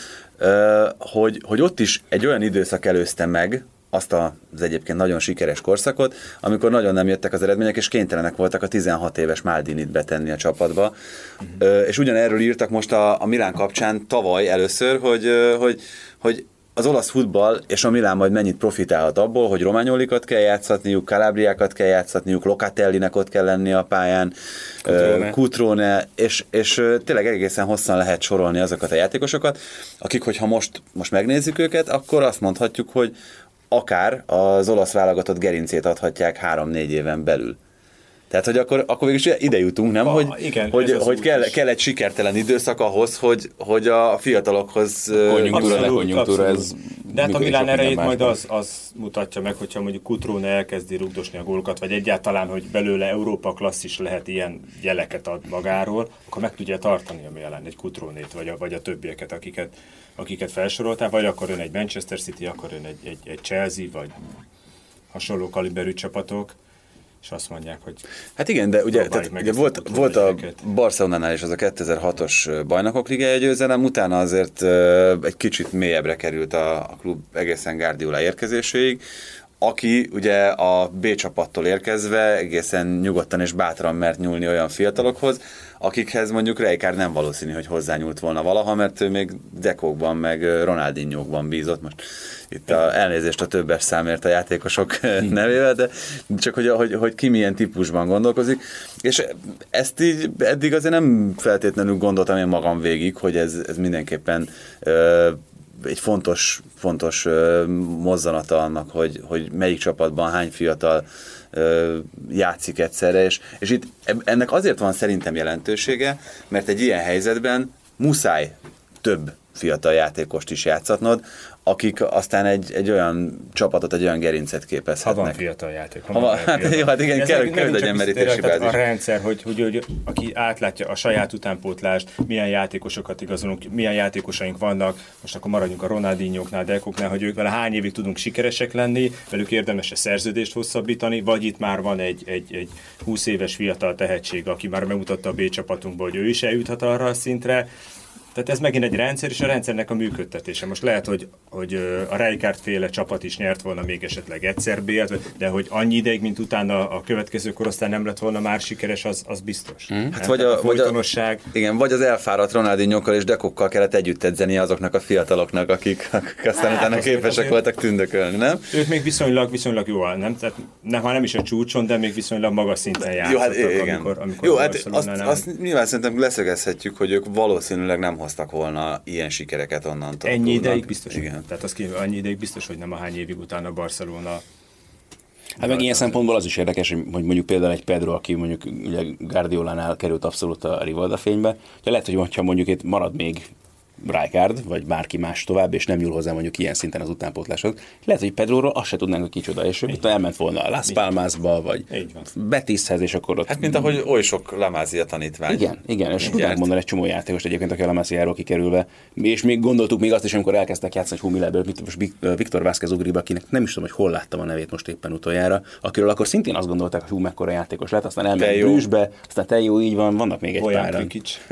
hogy, hogy ott is egy olyan időszak előzte meg azt az egyébként nagyon sikeres korszakot, amikor nagyon nem jöttek az eredmények, és kénytelenek voltak a tizenhat éves Maldinit betenni a csapatba. Uh-huh. És ugyanerről írtak most a, a Milán kapcsán tavaly először, hogy, hogy, hogy az olasz futball és a Milán majd mennyit profitálhat abból, hogy Romagnolikat kell játszatniuk, Calabriákat kell játszatniuk, Locatellinek ott kell lenni a pályán, Cutrone, Cutrone és, és tényleg egészen hosszan lehet sorolni azokat a játékosokat, akik, hogyha most, most megnézzük őket, akkor azt mondhatjuk, hogy akár az olasz válogatott gerincét adhatják három-négy éven belül. Tehát, hogy akkor, akkor végül ide jutunk, nem? A, hogy igen, hogy, hogy kell, kell egy sikertelen időszak ahhoz, hogy, hogy a fiatalokhoz... Konjunktúra, de konjunktúra, ez... De hát a Milán erejét majd az, az mutatja meg, hogyha mondjuk Cutrone elkezdi rugdosni a gólokat, vagy egyáltalán, hogy belőle Európa klasszis lehet ilyen jeleket ad magáról, akkor meg tudja tartani a Milán egy Cutronét, vagy a, vagy a többieket, akiket, akiket felsoroltál, vagy akkor ön egy Manchester City, akkor ön egy, egy, egy Chelsea, vagy hasonló kaliberű csapatok, és azt mondják, hogy... Hát igen, de ugye, tehát, ugye volt, volt a Barcelonánál is az a kétezer-hatos bajnokok ligája győzelem, utána azért uh, egy kicsit mélyebbre került a, a klub egészen Guardiola érkezéséig, aki ugye a B csapattól érkezve egészen nyugodtan és bátran mert nyúlni olyan fiatalokhoz, akikhez mondjuk Rijkaard nem valószínű, hogy hozzányúlt volna valaha, mert ő még Dekókban, meg Ronaldinhókban bízott. Most itt a, elnézést a többes számért a játékosok nevével, de csak hogy, hogy, hogy ki milyen típusban gondolkozik. És ezt így eddig azért nem feltétlenül gondoltam én magam végig, hogy ez, ez mindenképpen ö, egy fontos, fontos ö, mozzanata annak, hogy, hogy melyik csapatban hány fiatal ö, játszik egyszerre, és, és itt ennek azért van szerintem jelentősége, mert egy ilyen helyzetben muszáj több fiatal játékost is játszatnod, akik aztán egy, egy olyan csapatot, egy olyan gerincet képezhetnek. Ha van fiatal játék. Ha ha van, hát, jó, hát igen, kell, kell, hogy legyen merítési bázis. A rendszer, hogy, hogy, hogy aki átlátja a saját utánpótlást, milyen játékosokat igazolunk, milyen játékosaink vannak, most akkor maradjunk a Ronaldinhóknál, Dekóknál, hogy ők vele hány évig tudunk sikeresek lenni, velük érdemes-e szerződést hosszabbítani, vagy itt már van egy, egy, egy húsz éves fiatal tehetség, aki már megmutatta a B csapatunkban, hogy ő is eljuthat arra a szintre. Tehát ez megint egy rendszer, és a rendszernek a működtetése. Most lehet, hogy, hogy a Rijkaard féle csapat is nyert volna még esetleg egyszer bélt, de hogy annyi ideig, mint utána a következő korosztály nem lett volna már sikeres, az, az biztos. Mm. Hát vagy a, a folytonosság. Vagy a, igen, vagy az elfáradt Ronaldinhokkal és Dekokkal kellett együtt edzeni azoknak a fiataloknak, akik, akik aztán hát, utána az képesek azért voltak tündökölni, nem? Ők még viszonylag, viszonylag jól, nem? Tehát nem, ha nem is a csúcson, de még viszonylag magas szinten játszottak. Jó, hát igen. Amikor, amikor Jó, hát azt, nem... azt nyilván szerintem leszögezhetjük, hogy ők valószínűleg nem hoztak volna ilyen sikereket onnantól. Ennyi ideig biztos. Igen. Tehát az kívül, annyi ideig biztos, hogy nem a hány évig utána a Barcelona. Hát meg ilyen szempontból az is érdekes, hogy mondjuk például egy Pedro, aki mondjuk ugye Guardiolánál került abszolút a Rivalda fénybe, de lehet, hogy ha mondjuk itt marad még Rijkaard, vagy bárki más tovább, és nem nyúl hozzá mondjuk ilyen szinten az utánpótláshoz. Lehet, hogy Pedróról azt se tudnánk, hogy kicsoda, és ő elment volna a Las Palmasba, vagy Betishez, és akkor ott... Hát mint ahogy oly sok La Masia tanítvány. Igen, igen, és tudnánk mondani egy csomó játékost egyébként, aki a La Masiáról kikerülve, és még gondoltuk még azt is, amikor elkezdtek játszani, hogy hú, mi lebből, most Viktor Vázquez Ugribe, akinek nem is tudom, hogy hol láttam a nevét most éppen utoljára, akiről akkor szintén azt gondolták, hogy hú, mekkora játékos lett, aztán elment Brüsszbe, aztán Tejó, így van, vannak még egy páran.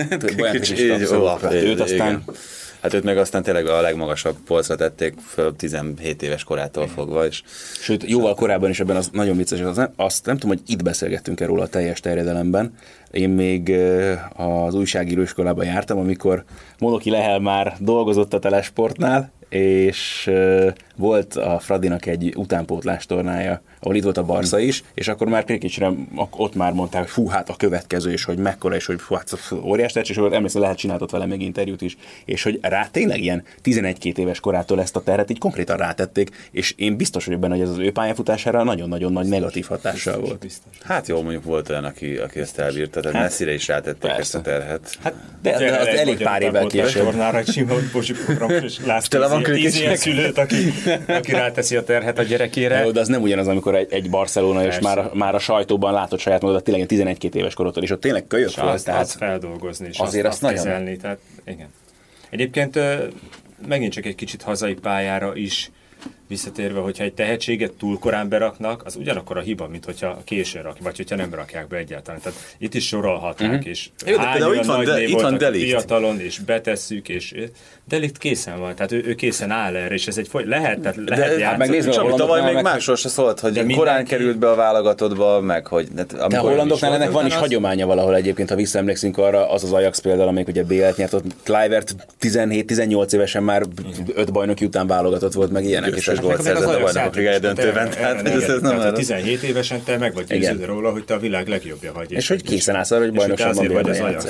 Őt aztán Hát őt meg aztán tényleg a legmagasabb polcra tették föl tizenhét éves korától fogva is. Sőt, jóval korábban is ebben az nagyon vicces, az nem, azt nem tudom, hogy itt beszélgettünk erről a teljes terjedelemben. Én még az újságíróiskolában jártam, amikor Monoki Lehel már dolgozott a Telesportnál, és volt a Fradinak egy utánpótlás tornája, ahol itt volt a Barca is, és akkor már Krikicsre ott már mondták, hogy hú, hát a következő, és hogy mekkora, és hogy hú, hát óriás tehetség, és akkor emlékszem, lehet csináltott vele még interjút is, és hogy rá tényleg ilyen tizenegy-két éves korától ezt a terhet így konkrétan rátették, és én biztos vagyok benne, hogy ez az ő pályafutására nagyon-nagyon nagy negatív hatással biztos, volt. Biztos. Hát jó, mondjuk volt olyan, aki, aki ezt elbírta, tehát hát, messzire is rátették persze. Ezt a terhet. Hát, de, de, de az elég pár évvel később. Tornára egy sima Bozsi program, és látsz tíz ilyen szülőt, aki, aki ráteszi a terhet a gyerekére. De az nem ugyanaz, amikor egy, egy Barcelona, és már a, már a sajtóban látod saját magadat tényleg tizenegy-két éves korodtól, és ott tényleg kölyök volt. Azt, tehát azt feldolgozni, és azért azt, azt kezelni. Tehát, igen. Egyébként megint csak egy kicsit hazai pályára is visszatérve, hogyha egy tehetséget túl korán beraknak, az ugyanakkor a hiba, mint hogyha későn rak, vagy hogyha nem rakják be egyáltalán. Tehát itt is sorolhatnák, uh-huh. és jó, hány olyan nagy de, név voltak a fiatalon, és betesszük, és De Ligt készen van, tehát ő, ő készen áll erre, és ez egy foly... lehet, tehát lehet de, játszani. Megnézve, Csak tavaly még meg... másról se szólt, hogy korán mindenki... került be a válogatottba, meg hogy... De a hollandoknál ennek van is az... hagyománya valahol egyébként, ha visszaemlékszünk arra, az az Ajax például, amelyik ugye bé el-t nyert, ott Kluivert tizenhét-tizennyolc évesen már öt bajnoki után válogatott volt, meg ilyenek, és ez volt szerzett a bajnokok ligája döntőben. Tehát tizenhét évesen te meg vagy győződve róla, hogy te a világ legjobbja vagy. És hogy készen állsz arra, hogy bajnokságban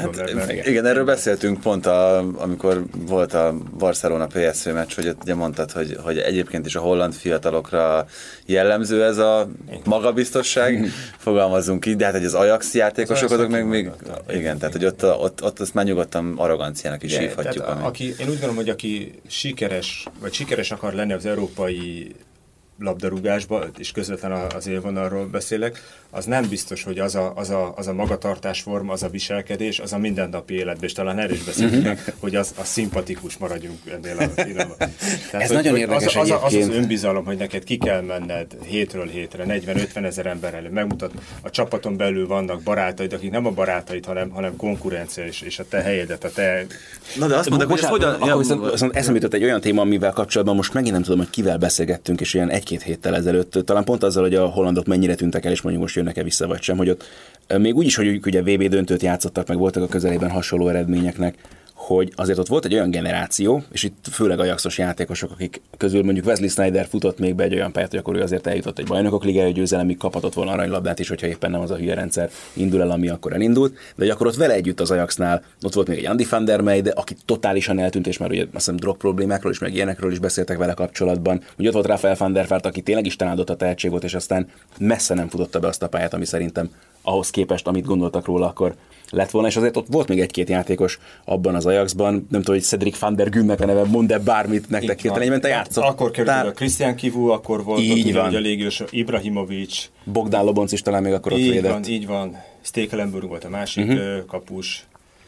igen, erről beszéltünk pont, amikor volt a Barcelona pé es vé meccs, hogy ugye mondtad, hogy, hogy egyébként is a holland fiatalokra jellemző ez a magabiztosság, fogalmazunk így, de hát hogy az Ajax játékosok azok meg még, igen, tehát hogy ott, ott, ott azt már nyugodtan arroganciának is hívhatjuk. Aki, én úgy gondolom, hogy aki sikeres, vagy sikeres akar lenni az európai labdarúgásba, és közvetlen az élvonalról beszélek, az nem biztos, hogy az a, az a, az a magatartásforma, az a viselkedés, az a mindennapi életben, és talán erről is beszélünk, hogy az, az szimpatikus maradjunk ennél a filmben. Ez hogy, nagyon hogy érdekes az, az, az az önbizalom, hogy neked ki kell menned hétről hétre, negyven-ötven ezer ember elő, megmutat, a csapaton belül vannak barátaid, akik nem a barátaid, hanem, hanem konkurencia, és, és a te helyedet, a te... Na de azt mondod, hogy ez hogyan... Akkor viszont, viszont eszembe jutott egy olyan téma, amivel kapcsolatban most megint nem tudom, hogy kivel beszélgettünk, és ilyen egy-két héttel ezelőtt, talán pont azzal, hogy a hollandok mennyire tűntek el, és mondjuk most jönnek-e vissza vagy sem, hogy ott még úgy is, hogy ugye vé bé döntőt játszottak, meg voltak a közelében hasonló eredményeknek, hogy azért ott volt egy olyan generáció, és itt főleg ajaxos játékosok, akik közül mondjuk Wesley Sneijder futott még be egy olyan pályát, hogy akkor ő azért eljutott egy bajnokok ligája győzelemig, kaphatott volna aranylabdát is, hogyha éppen nem az a hülye rendszer indul el, ami akkor elindult, de hogy akkor ott vele együtt az Ajaxnál, ott volt még egy Andy van der Meijde, aki totálisan eltűnt, és már ugye azt hiszem drog problémákról is, meg ilyenekről is beszéltek vele kapcsolatban. Ugye ott volt Rafael van der Vaart, aki tényleg is talált a tehetség volt, és aztán messze nem futotta be azt a pályát, ami szerintem ahhoz képest, amit gondoltak róla, akkor lett volna, és azért ott volt még egy-két játékos abban az Ajaxban, nem tudom, hogy Cedric van der Gunnek a neve, mond-e bármit nektek hirtelen, egyben te játszott. Akkor került a Christian Kivu, akkor volt így ott van. Ugye a légiós Ibrahimovic. Bogdán Lobonc is talán még akkor ott így védett. Van, így van, Stekelenburg volt a másik uh-huh. kapus.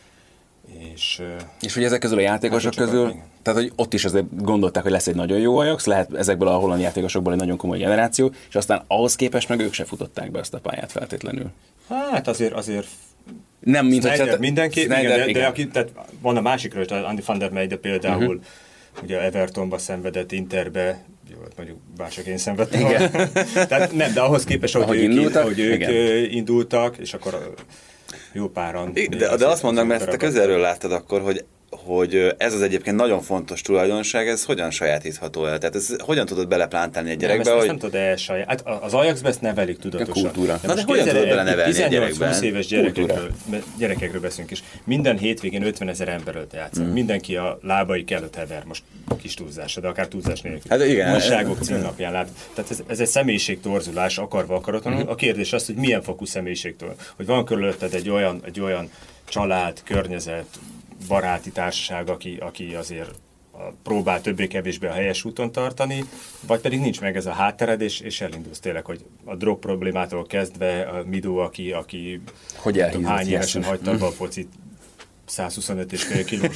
És, és hogy ezek közül a játékosok közül, igen. Tehát hogy ott is azért gondolták, hogy lesz egy nagyon jó Ajax, lehet ezekből a holland játékosokból egy nagyon komoly generáció, és aztán ahhoz képest meg ők se futották be ezt a pályát feltétlenül. Hát azért, azért Nem, mint Snyder hogy mindenki, Snyder, igen, de, igen. de aki, tehát van a másikról, tehát Andy van der Meijde például, uh-huh. ugye Evertonba szenvedett, Interbe, jó, mondjuk bárcsak én szenvedtem. Tehát nem, de ahhoz képest, hogy, ahogy ők, indultak, ahogy ők indultak, és akkor jó páran. De, de azt mondom, mert te közelről láttad akkor, hogy hogy ez az egyébként nagyon fontos tulajdonság, ez hogyan sajátítható el? Tehát ez hogyan tudod beleplántálni egy gyerekbe? Nem, ezt, hogy... ezt nem tudod elsaját. Hát az Ajaxbe ezt nevelik tudatosan. A kultúra. De Na de hogyan tudod belenevelni egy gyerekben? tizennyolc-húsz éves gyerekekről, gyerekekről beszélünk is. Minden hétvégén ötvenezer ember előtt játszik. Mm. Mindenki a lábaik előtt hever, most kis túlzása, de akár túlzás nélkül. Hát igen. Újságok címnapján lát. Tehát ez, ez egy személyiségtorzulás, akarva akaratlanul. Mm. A kérdés az, hogy milyen fokú személyiségtól. Hogy van körülötted egy olyan, egy olyan család, környezet, baráti társaság, aki, aki azért próbál többé-kevésbé a helyes úton tartani, vagy pedig nincs meg ez a háttered, és, és elindulsz tényleg, hogy a drog problémától kezdve a Midó, aki, aki hogy tudom, hány évesen hagyta abba a focit, száz huszonöt és fél kilós.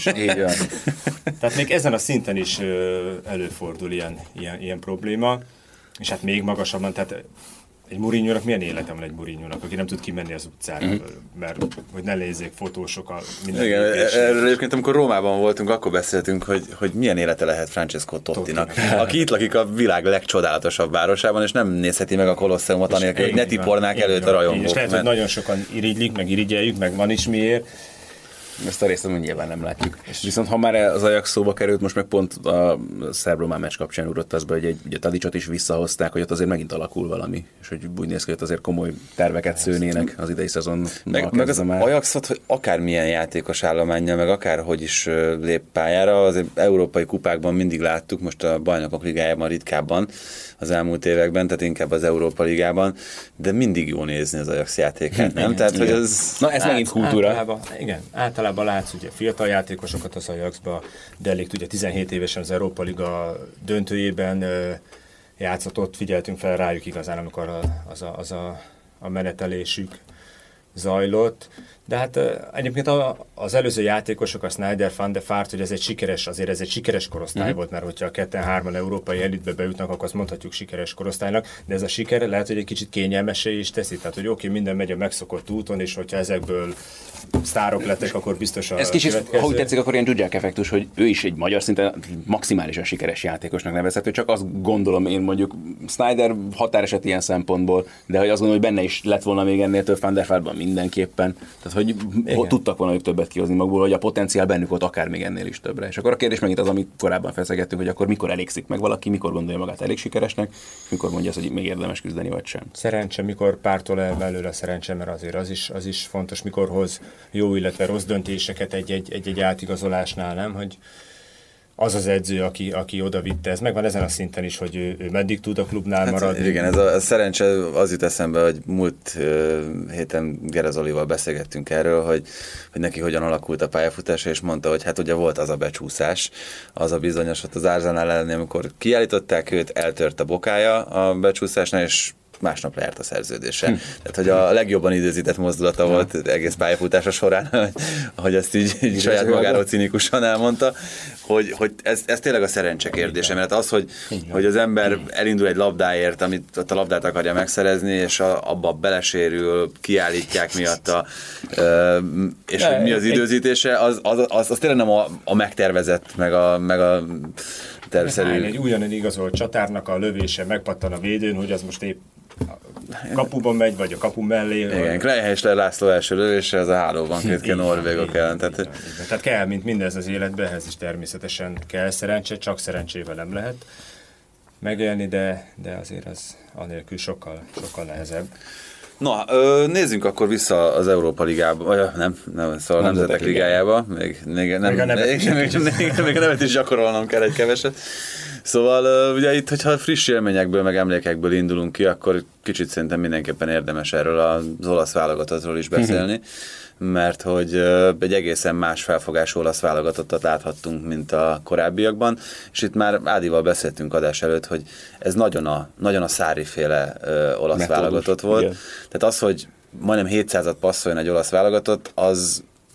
Tehát még ezen a szinten is előfordul ilyen, ilyen, ilyen probléma, és hát még magasabban, tehát egy Mourinho-nak milyen élete van egy Mourinho-nak, aki nem tud kimenni az utcára, mm. mert hogy ne nézzék fotósok a minden. Igen, erről egyébként amikor Rómában voltunk, akkor beszéltünk, hogy, hogy milyen élete lehet Francesco Tottinak, aki itt lakik a világ legcsodálatosabb városában, és nem nézheti meg a Kolosseumot anélkül, hogy ne tipornák előtt a rajongók. És lehet, hogy nagyon sokan irigylik, meg irigyeljük, meg van is miért. Ezt a részt nyilván nem látjuk. Viszont ha már az Ajax szóba került, most meg pont a szerb-román meccs kapcsán ugrott az be, hogy egy, ugye Tadicsot is visszahozták, hogy ott azért megint alakul valami, és hogy úgy néz ki, hogy azért komoly terveket szőnének az idei szezon. Meg, meg az már. Ajaxot, hogy akármilyen játékos állománnyal, meg akárhogy is lép pályára, az európai kupákban mindig láttuk, most a Bajnokok Ligájában ritkábban az elmúlt években, tehát inkább az Európa Ligában, de mindig jó nézni az Ajax játékát, nem? Igen, tehát, igen. hogy az... Na, ez át, megint kultúra. Általában, igen, általában látsz ugye fiatal játékosokat az Ajaxba, de elég ugye tizenhét évesen az Európa Liga döntőjében ö, játszott, ott figyeltünk fel rájuk igazán, amikor a, az, a, az a, a menetelésük zajlott. De hát egyébként az előző játékosok, a Snyder, Van de Vaart, hogy ez egy sikeres, azért ez egy sikeres korosztály mm. volt, mert hogyha a ketten-hárman európai elitbe bejutnak, akkor azt mondhatjuk sikeres korosztálynak, de ez a siker lehet, hogy egy kicsit kényelmessé is teszi. Tehát, hogy oké, minden megy a megszokott úton, és hogyha ezekből sztárok lettek, akkor biztos a ez kicsit, következő... ha úgy tetszik, akkor ilyen Zsuzsák effektus, hogy ő is egy magyar szinten maximálisan sikeres játékosnak nevezhető, csak azt gondolom én mondjuk Snyder határeset ilyen szempontból, de hogy azt gondolom, hogy benne is lett volna még ennél több, Van der Vaartban mindenképpen. Tehát, hogy igen. tudtak volna ők többet kihozni magukból, hogy a potenciál bennük ott akár még ennél is többre. És akkor a kérdés megint az, amit korábban feszegettünk, hogy akkor mikor elégszik meg valaki, mikor gondolja magát elég sikeresnek, és mikor mondja azt, hogy még érdemes küzdeni, vagy sem. Szerencse, mikor pártol el belőle a szerencse, mert azért az is, az is fontos, mikor hoz jó, illetve rossz döntéseket egy-egy átigazolásnál, nem? Hogy az az edző, aki, aki oda vitte. Ez megvan ezen a szinten is, hogy ő, ő meddig tud a klubnál hát maradni. Igen, ez a, a szerencse az jut eszembe, hogy múlt uh, héten Gerezolival beszélgettünk erről, hogy, hogy neki hogyan alakult a pályafutása, és mondta, hogy hát ugye volt az a becsúszás, az a bizonyos, ott az Arsenal ellen, amikor kiállították őt, eltört a bokája a becsúszásnál, és másnap lejárt a szerződése. Hm. Tehát, hogy a legjobban időzített mozdulata ja. volt egész pályafutása során, ahogy ezt így, így saját magáról cinikusan elmondta, hogy, hogy ez, ez tényleg a szerencse kérdése, mert az, hogy, hogy az ember elindul egy labdáért, amit ott a labdát akarja megszerezni, és a, abba belesérül, kiállítják miatta, és de, hogy mi az időzítése, az, az, az, az tényleg nem a, a megtervezett, meg a, meg a tervszerű. Egy ugyanen igazolt csatárnak a lövése megpattan a védőn, hogy az most épp kapuban megy, vagy a kapu mellé. Igen, Kleinheisler László első lövése, az a hálóban két norvégok ellen. Tehát... tehát kell, mint mindez az életben, ehhez is természetesen kell szerencse, csak szerencsével nem lehet megélni, de, de azért az anélkül sokkal, sokkal nehezebb. Na, nézzünk akkor vissza az Európa Ligába, vagy nem, nem szóval a Nemzetek Ligájába, még, még, nem, még, a nevet még, még, még, még a nevet is gyakorolnom kell egy keveset. Szóval ugye itt, hogyha friss élményekből, meg emlékekből indulunk ki, akkor kicsit szerintem mindenképpen érdemes erről az olasz válogatottról is beszélni, mert hogy egy egészen más felfogású olasz válogatottat láthattunk, mint a korábbiakban, és itt már Ádival beszéltünk adás előtt, hogy ez nagyon a, nagyon a Sarri-féle olasz Metódus, válogatott volt. Igen. Tehát az, hogy majdnem hétszázat passzoljon egy olasz válogatott, az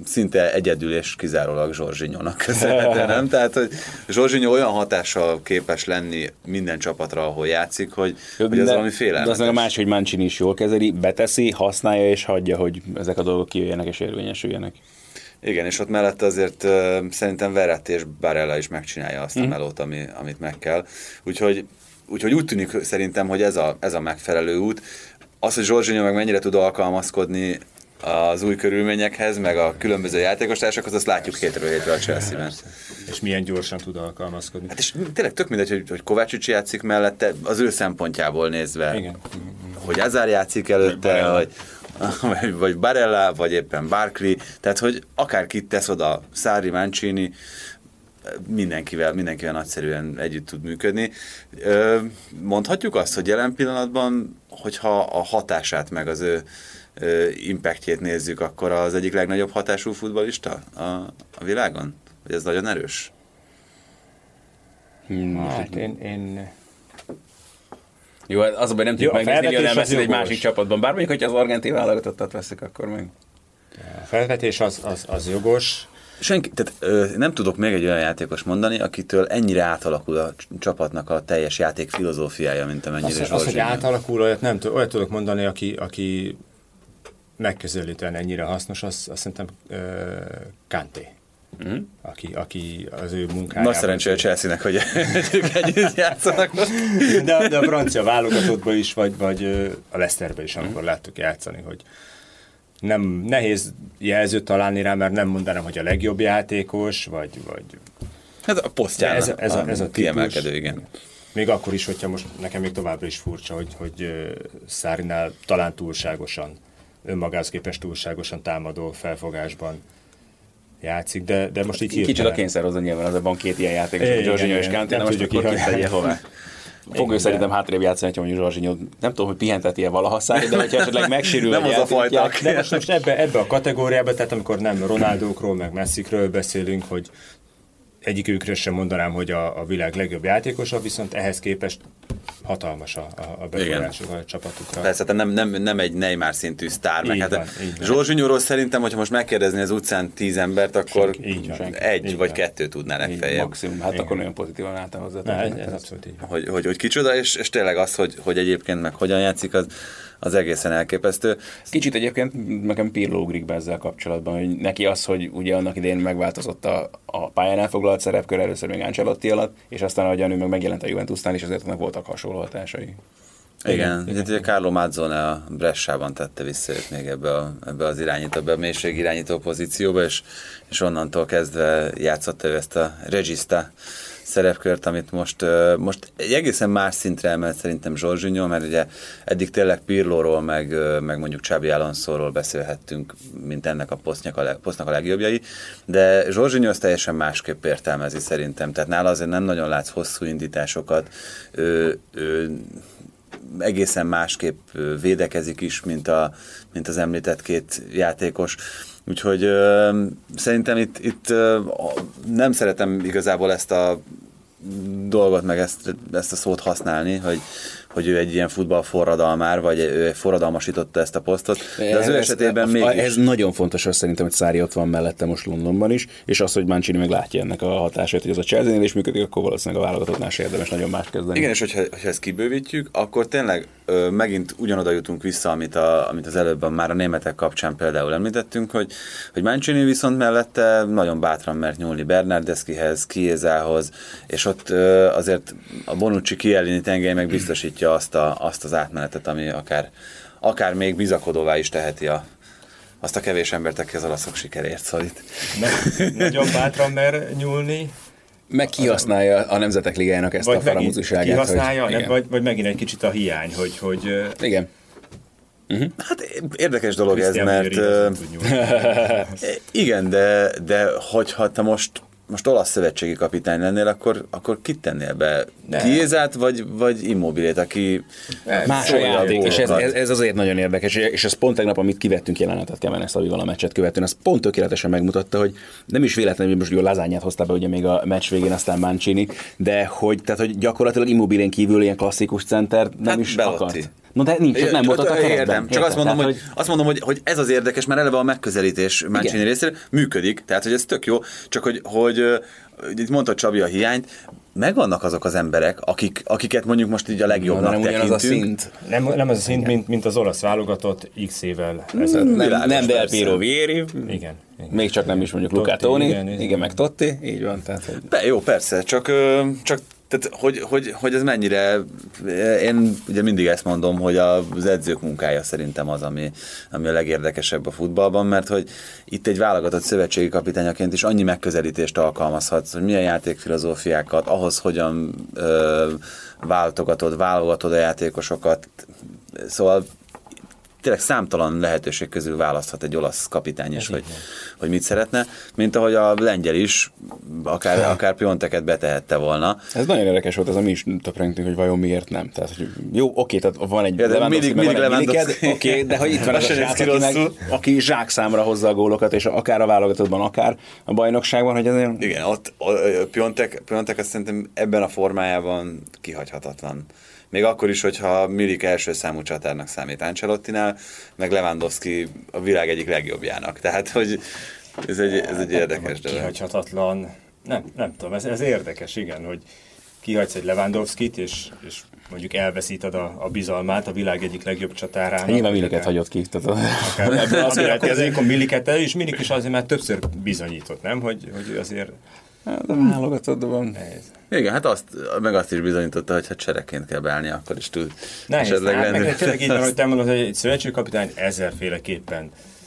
szinte egyedül és kizárólag Jorginhónak köszönhető, nem? Tehát, hogy Jorginho olyan hatással képes lenni minden csapatra, ahol játszik, hogy, Jó, hogy az de, valami félelmetes. De az meg a más, hogy Mancini is jól kezeli, beteszi, használja és hagyja, hogy ezek a dolgok kijöjjenek és érvényesüljenek. Igen, és ott mellett azért uh, szerintem Verratti és Barella is megcsinálja azt mm. a melót, ami, amit meg kell. Úgyhogy, úgyhogy úgy tűnik szerintem, hogy ez a, ez a megfelelő út. Az, hogy Jorginho meg mennyire tud alkalmazkodni az új körülményekhez, meg a különböző játékostársakhoz, azt látjuk hétről hétre a Chelsea-ben. És milyen gyorsan tud alkalmazkodni. Hát és tényleg tök mindegy, hogy, hogy Kovácsics játszik mellette, az ő szempontjából nézve. Igen. Hogy Hazard játszik előtte, vagy, vagy, vagy Barella, vagy éppen Barkley, tehát hogy akárkit tesz oda, Sarri, Mancini, mindenkivel, mindenkivel nagyszerűen együtt tud működni. Mondhatjuk azt, hogy jelen pillanatban, hogyha a hatását meg az ő impactjét nézzük, akkor az egyik legnagyobb hatású futballista a, a világon? Vagy ez nagyon erős? Hmm, hát én... én... Jó, az a baj, nem tudjuk megnézni Lionel Messit egy másik csapatban. Bár mondjuk, hogy az argentin válogatottat veszik, akkor meg... A felvetés az, az, az jogos. Senki, tehát ö, nem tudok még egy olyan játékos mondani, akitől ennyire átalakul a csapatnak a teljes játék filozófiája, mint amennyire Jorginho. Az, hogy átalakul, olyat nem olyat tudok mondani, aki, aki megközelítően ennyire hasznos, az, azt szerintem uh, Kanté. Mm. Aki, aki az ő munkájában... Nagy szerencsé a Chelsea-nek, hogy ők együtt játszanak. De, de a francia válogatottban is, vagy, vagy a Leicesterben is, amikor mm. láttuk játszani, hogy nem nehéz jelzőt találni rá, mert nem mondanám, hogy a legjobb játékos, vagy... vagy ez a posztjának ez a, ez a, ez a kiemelkedő, igen. Még akkor is, hogyha most nekem még továbbra is furcsa, hogy, hogy Sarrinál talán túlságosan, önmagához képest túlságosan támadó felfogásban játszik, de, de most így hirtelen... Kicsit a kényszer hozzá nyilván, az abban két ilyen játékos, hogy Jorginho és Kanté, nem most akkor kitegye hová. Fog ő szerintem hátrébb játszani, hogy Jorginho, nem tudom, hogy pihenteti-e valaha Sarri, de hogyha esetleg megsérül nem az a fajta. De most, most ebbe, ebbe a kategóriába, tehát amikor nem Ronaldókról, meg Messikről beszélünk, hogy egyikükről sem mondanám, hogy a, a világ legjobb játékosa, viszont ehhez képest hatalmas a, a befolyásuk a csapatukra. Persze, nem, nem, nem egy Neymar szintű sztár. Meg hát Jorginhoról szerintem, hogyha most megkérdezni az utcán tíz embert, akkor van, egy így vagy van. Kettő tudná legfeljebb. Maximum, hát igen. Akkor nagyon pozitívan álltam hozzá. Na, ez, ez abszolút így van. Hogy, hogy, hogy kicsoda, és, és tényleg az, hogy, hogy egyébként meg hogyan játszik, az, az egészen elképesztő. Kicsit egyébként nekem Pirlo ugrik be ezzel kapcsolatban, hogy neki az, hogy ugye annak idején megváltozott a, a pályán elfoglalt szerepkör először még Ancelotti alatt, és aztán ahogyan ő meg megjelent a Juventusnál, és azért voltak hasonló hatásai. Igen, igen, igen. Carlo Mazzone a Bressában tette vissza őt még ebbe, a, ebbe az irányító, ebbe a mélység irányító pozícióba, és, és onnantól kezdve játszotta ő ezt a regista szerepkört, amit most, most egy egészen más szintre emelt szerintem Jorginho, mert ugye eddig tényleg Pirlóról, meg, meg mondjuk Xabi Alonsoról beszélhettünk, mint ennek a posztnak a, posztnak a legjobbjai, de Jorginho azt teljesen másképp értelmezi szerintem, tehát nála azért nem nagyon látsz hosszú indításokat, ő, ő egészen másképp védekezik is, mint, a, mint az említett két játékos. Úgyhogy ö, szerintem itt, itt ö, nem szeretem igazából ezt a dolgot, meg ezt, ezt a szót használni, hogy, hogy ő egy ilyen futballforradalmár, vagy ő forradalmasította ezt a posztot, de az ő esetében ez, mégis... Ez nagyon fontos, azt szerintem, hogy Sarri ott van mellette most Londonban is, és az, hogy Mancini meg látja ennek a hatását, hogy az a Chelsea-nél is működik, akkor valószínűleg a válogatottnál se érdemes nagyon más kezdeni. Igen, és hogyha, hogyha ezt kibővítjük, akkor tényleg ö, megint ugyanoda jutunk vissza, amit, a, amit az előbb már a németek kapcsán például említettünk, hogy, hogy Mancini viszont mellette nagyon bátran mert nyúlni Bernardeschihez, Chiesához, és ott ö, azért a Bonucci Chiellini tengely meg biztosítja azt, a, azt az átmenetet, ami akár, akár még bizakodóvá is teheti a, azt a kevés embert, aki az olaszok sikerért szorít. Nagyon bátran mer nyúlni. Meg kihasználja a Nemzetek Ligájának ezt vagy a faramúziságát. Kihasználja, hogy, vagy, vagy megint egy kicsit a hiány, hogy... hogy igen. Uh-huh. Hát érdekes dolog Christian ez, mert... Uh, igen, de, de hogyha te most most olasz szövetségi kapitány lennél, akkor, akkor kit tennél be? Chiesát, vagy, vagy Immobilét, aki... Más a játék, és ez, ez, ez azért nagyon érdekes, és ez pont tegnap, amit kivettünk jelenetet Kemenes Szabival a meccset követően, ez pont tökéletesen megmutatta, hogy nem is véletlenül, hogy most a lazányát hozta be ugye még a meccs végén, aztán Mancini, de hogy, tehát, hogy gyakorlatilag Immobilén kívül ilyen klasszikus center nem hát is Belotti. akart. No de nincs, nem mutat a keretben. Csak azt mondom, hogy, azt mondom hogy, hogy ez az érdekes, mert eleve a megközelítés Mancini részéről működik, tehát hogy ez tök jó, csak hogy, hogy itt mondta Csabi a hiányt, megvannak azok az emberek, akik, akiket mondjuk most így a legjobbnak nem tekintünk. Az a szint. Nem, nem az a szint, mint, mint az olasz válogatott X évvel ezelőtt. Nem, nem Del Piero Vieri, igen, igen. Még csak nem is mondjuk Luca Toni, igen, igen, igen, meg Totti, így van. Tehát, hogy... Be, jó, persze, csak, csak tehát, hogy, hogy, hogy ez mennyire, én ugye mindig ezt mondom, hogy az edzők munkája szerintem az, ami, ami a legérdekesebb a futballban, mert hogy itt egy válogatott szövetségi kapitányaként is annyi megközelítést alkalmazhatsz, hogy milyen játékfilozófiákat, ahhoz hogyan ö, váltogatod, válogatod a játékosokat, szóval tényleg számtalan lehetőség közül választhat egy olasz kapitány is, hogy, hogy mit szeretne, mint ahogy a lengyel is, akár, akár Pionteket betehette volna. Ez nagyon érdekes volt, ez a mi is töprengtünk, hogy vajon miért nem. Tehát, hogy jó, oké, tehát van egy Lewandowski, mindig Lewandowski. Oké, de hogy itt van az a srác, aki, meg, aki zsák számra hozza a gólokat, és akár a válogatottban, akár a bajnokságban, hogy azért... Igen, ott Piontek, Piontek azt szerintem ebben a formájában kihagyhatatlan. Még akkor is, hogyha Milik első számú csatárnak számít Ancelottinál, meg Lewandowski a világ egyik legjobbjának. Tehát, hogy ez egy, ez egy érdekes dolog. Kihagyhatatlan, nem, nem tudom, ez, ez érdekes, igen, hogy kihagysz egy Lewandowskit, és, és mondjuk elveszíted a, a bizalmát a világ egyik legjobb csatárának. Nyilván Miliket hagyott ki. Ebből az következik, a Miliket el, és Milik is azért már többször bizonyított, nem? Hogy, hogy azért... Hát a válogatottban nehéz. Igen, hát azt, meg azt is bizonyította, hogy ha csereként kell beállni, akkor is tud nehéz, esetleg hát, lenni. Meg tényleg így van, hogy te mondod, hogy egy szövetségkapitány ezerféleképpen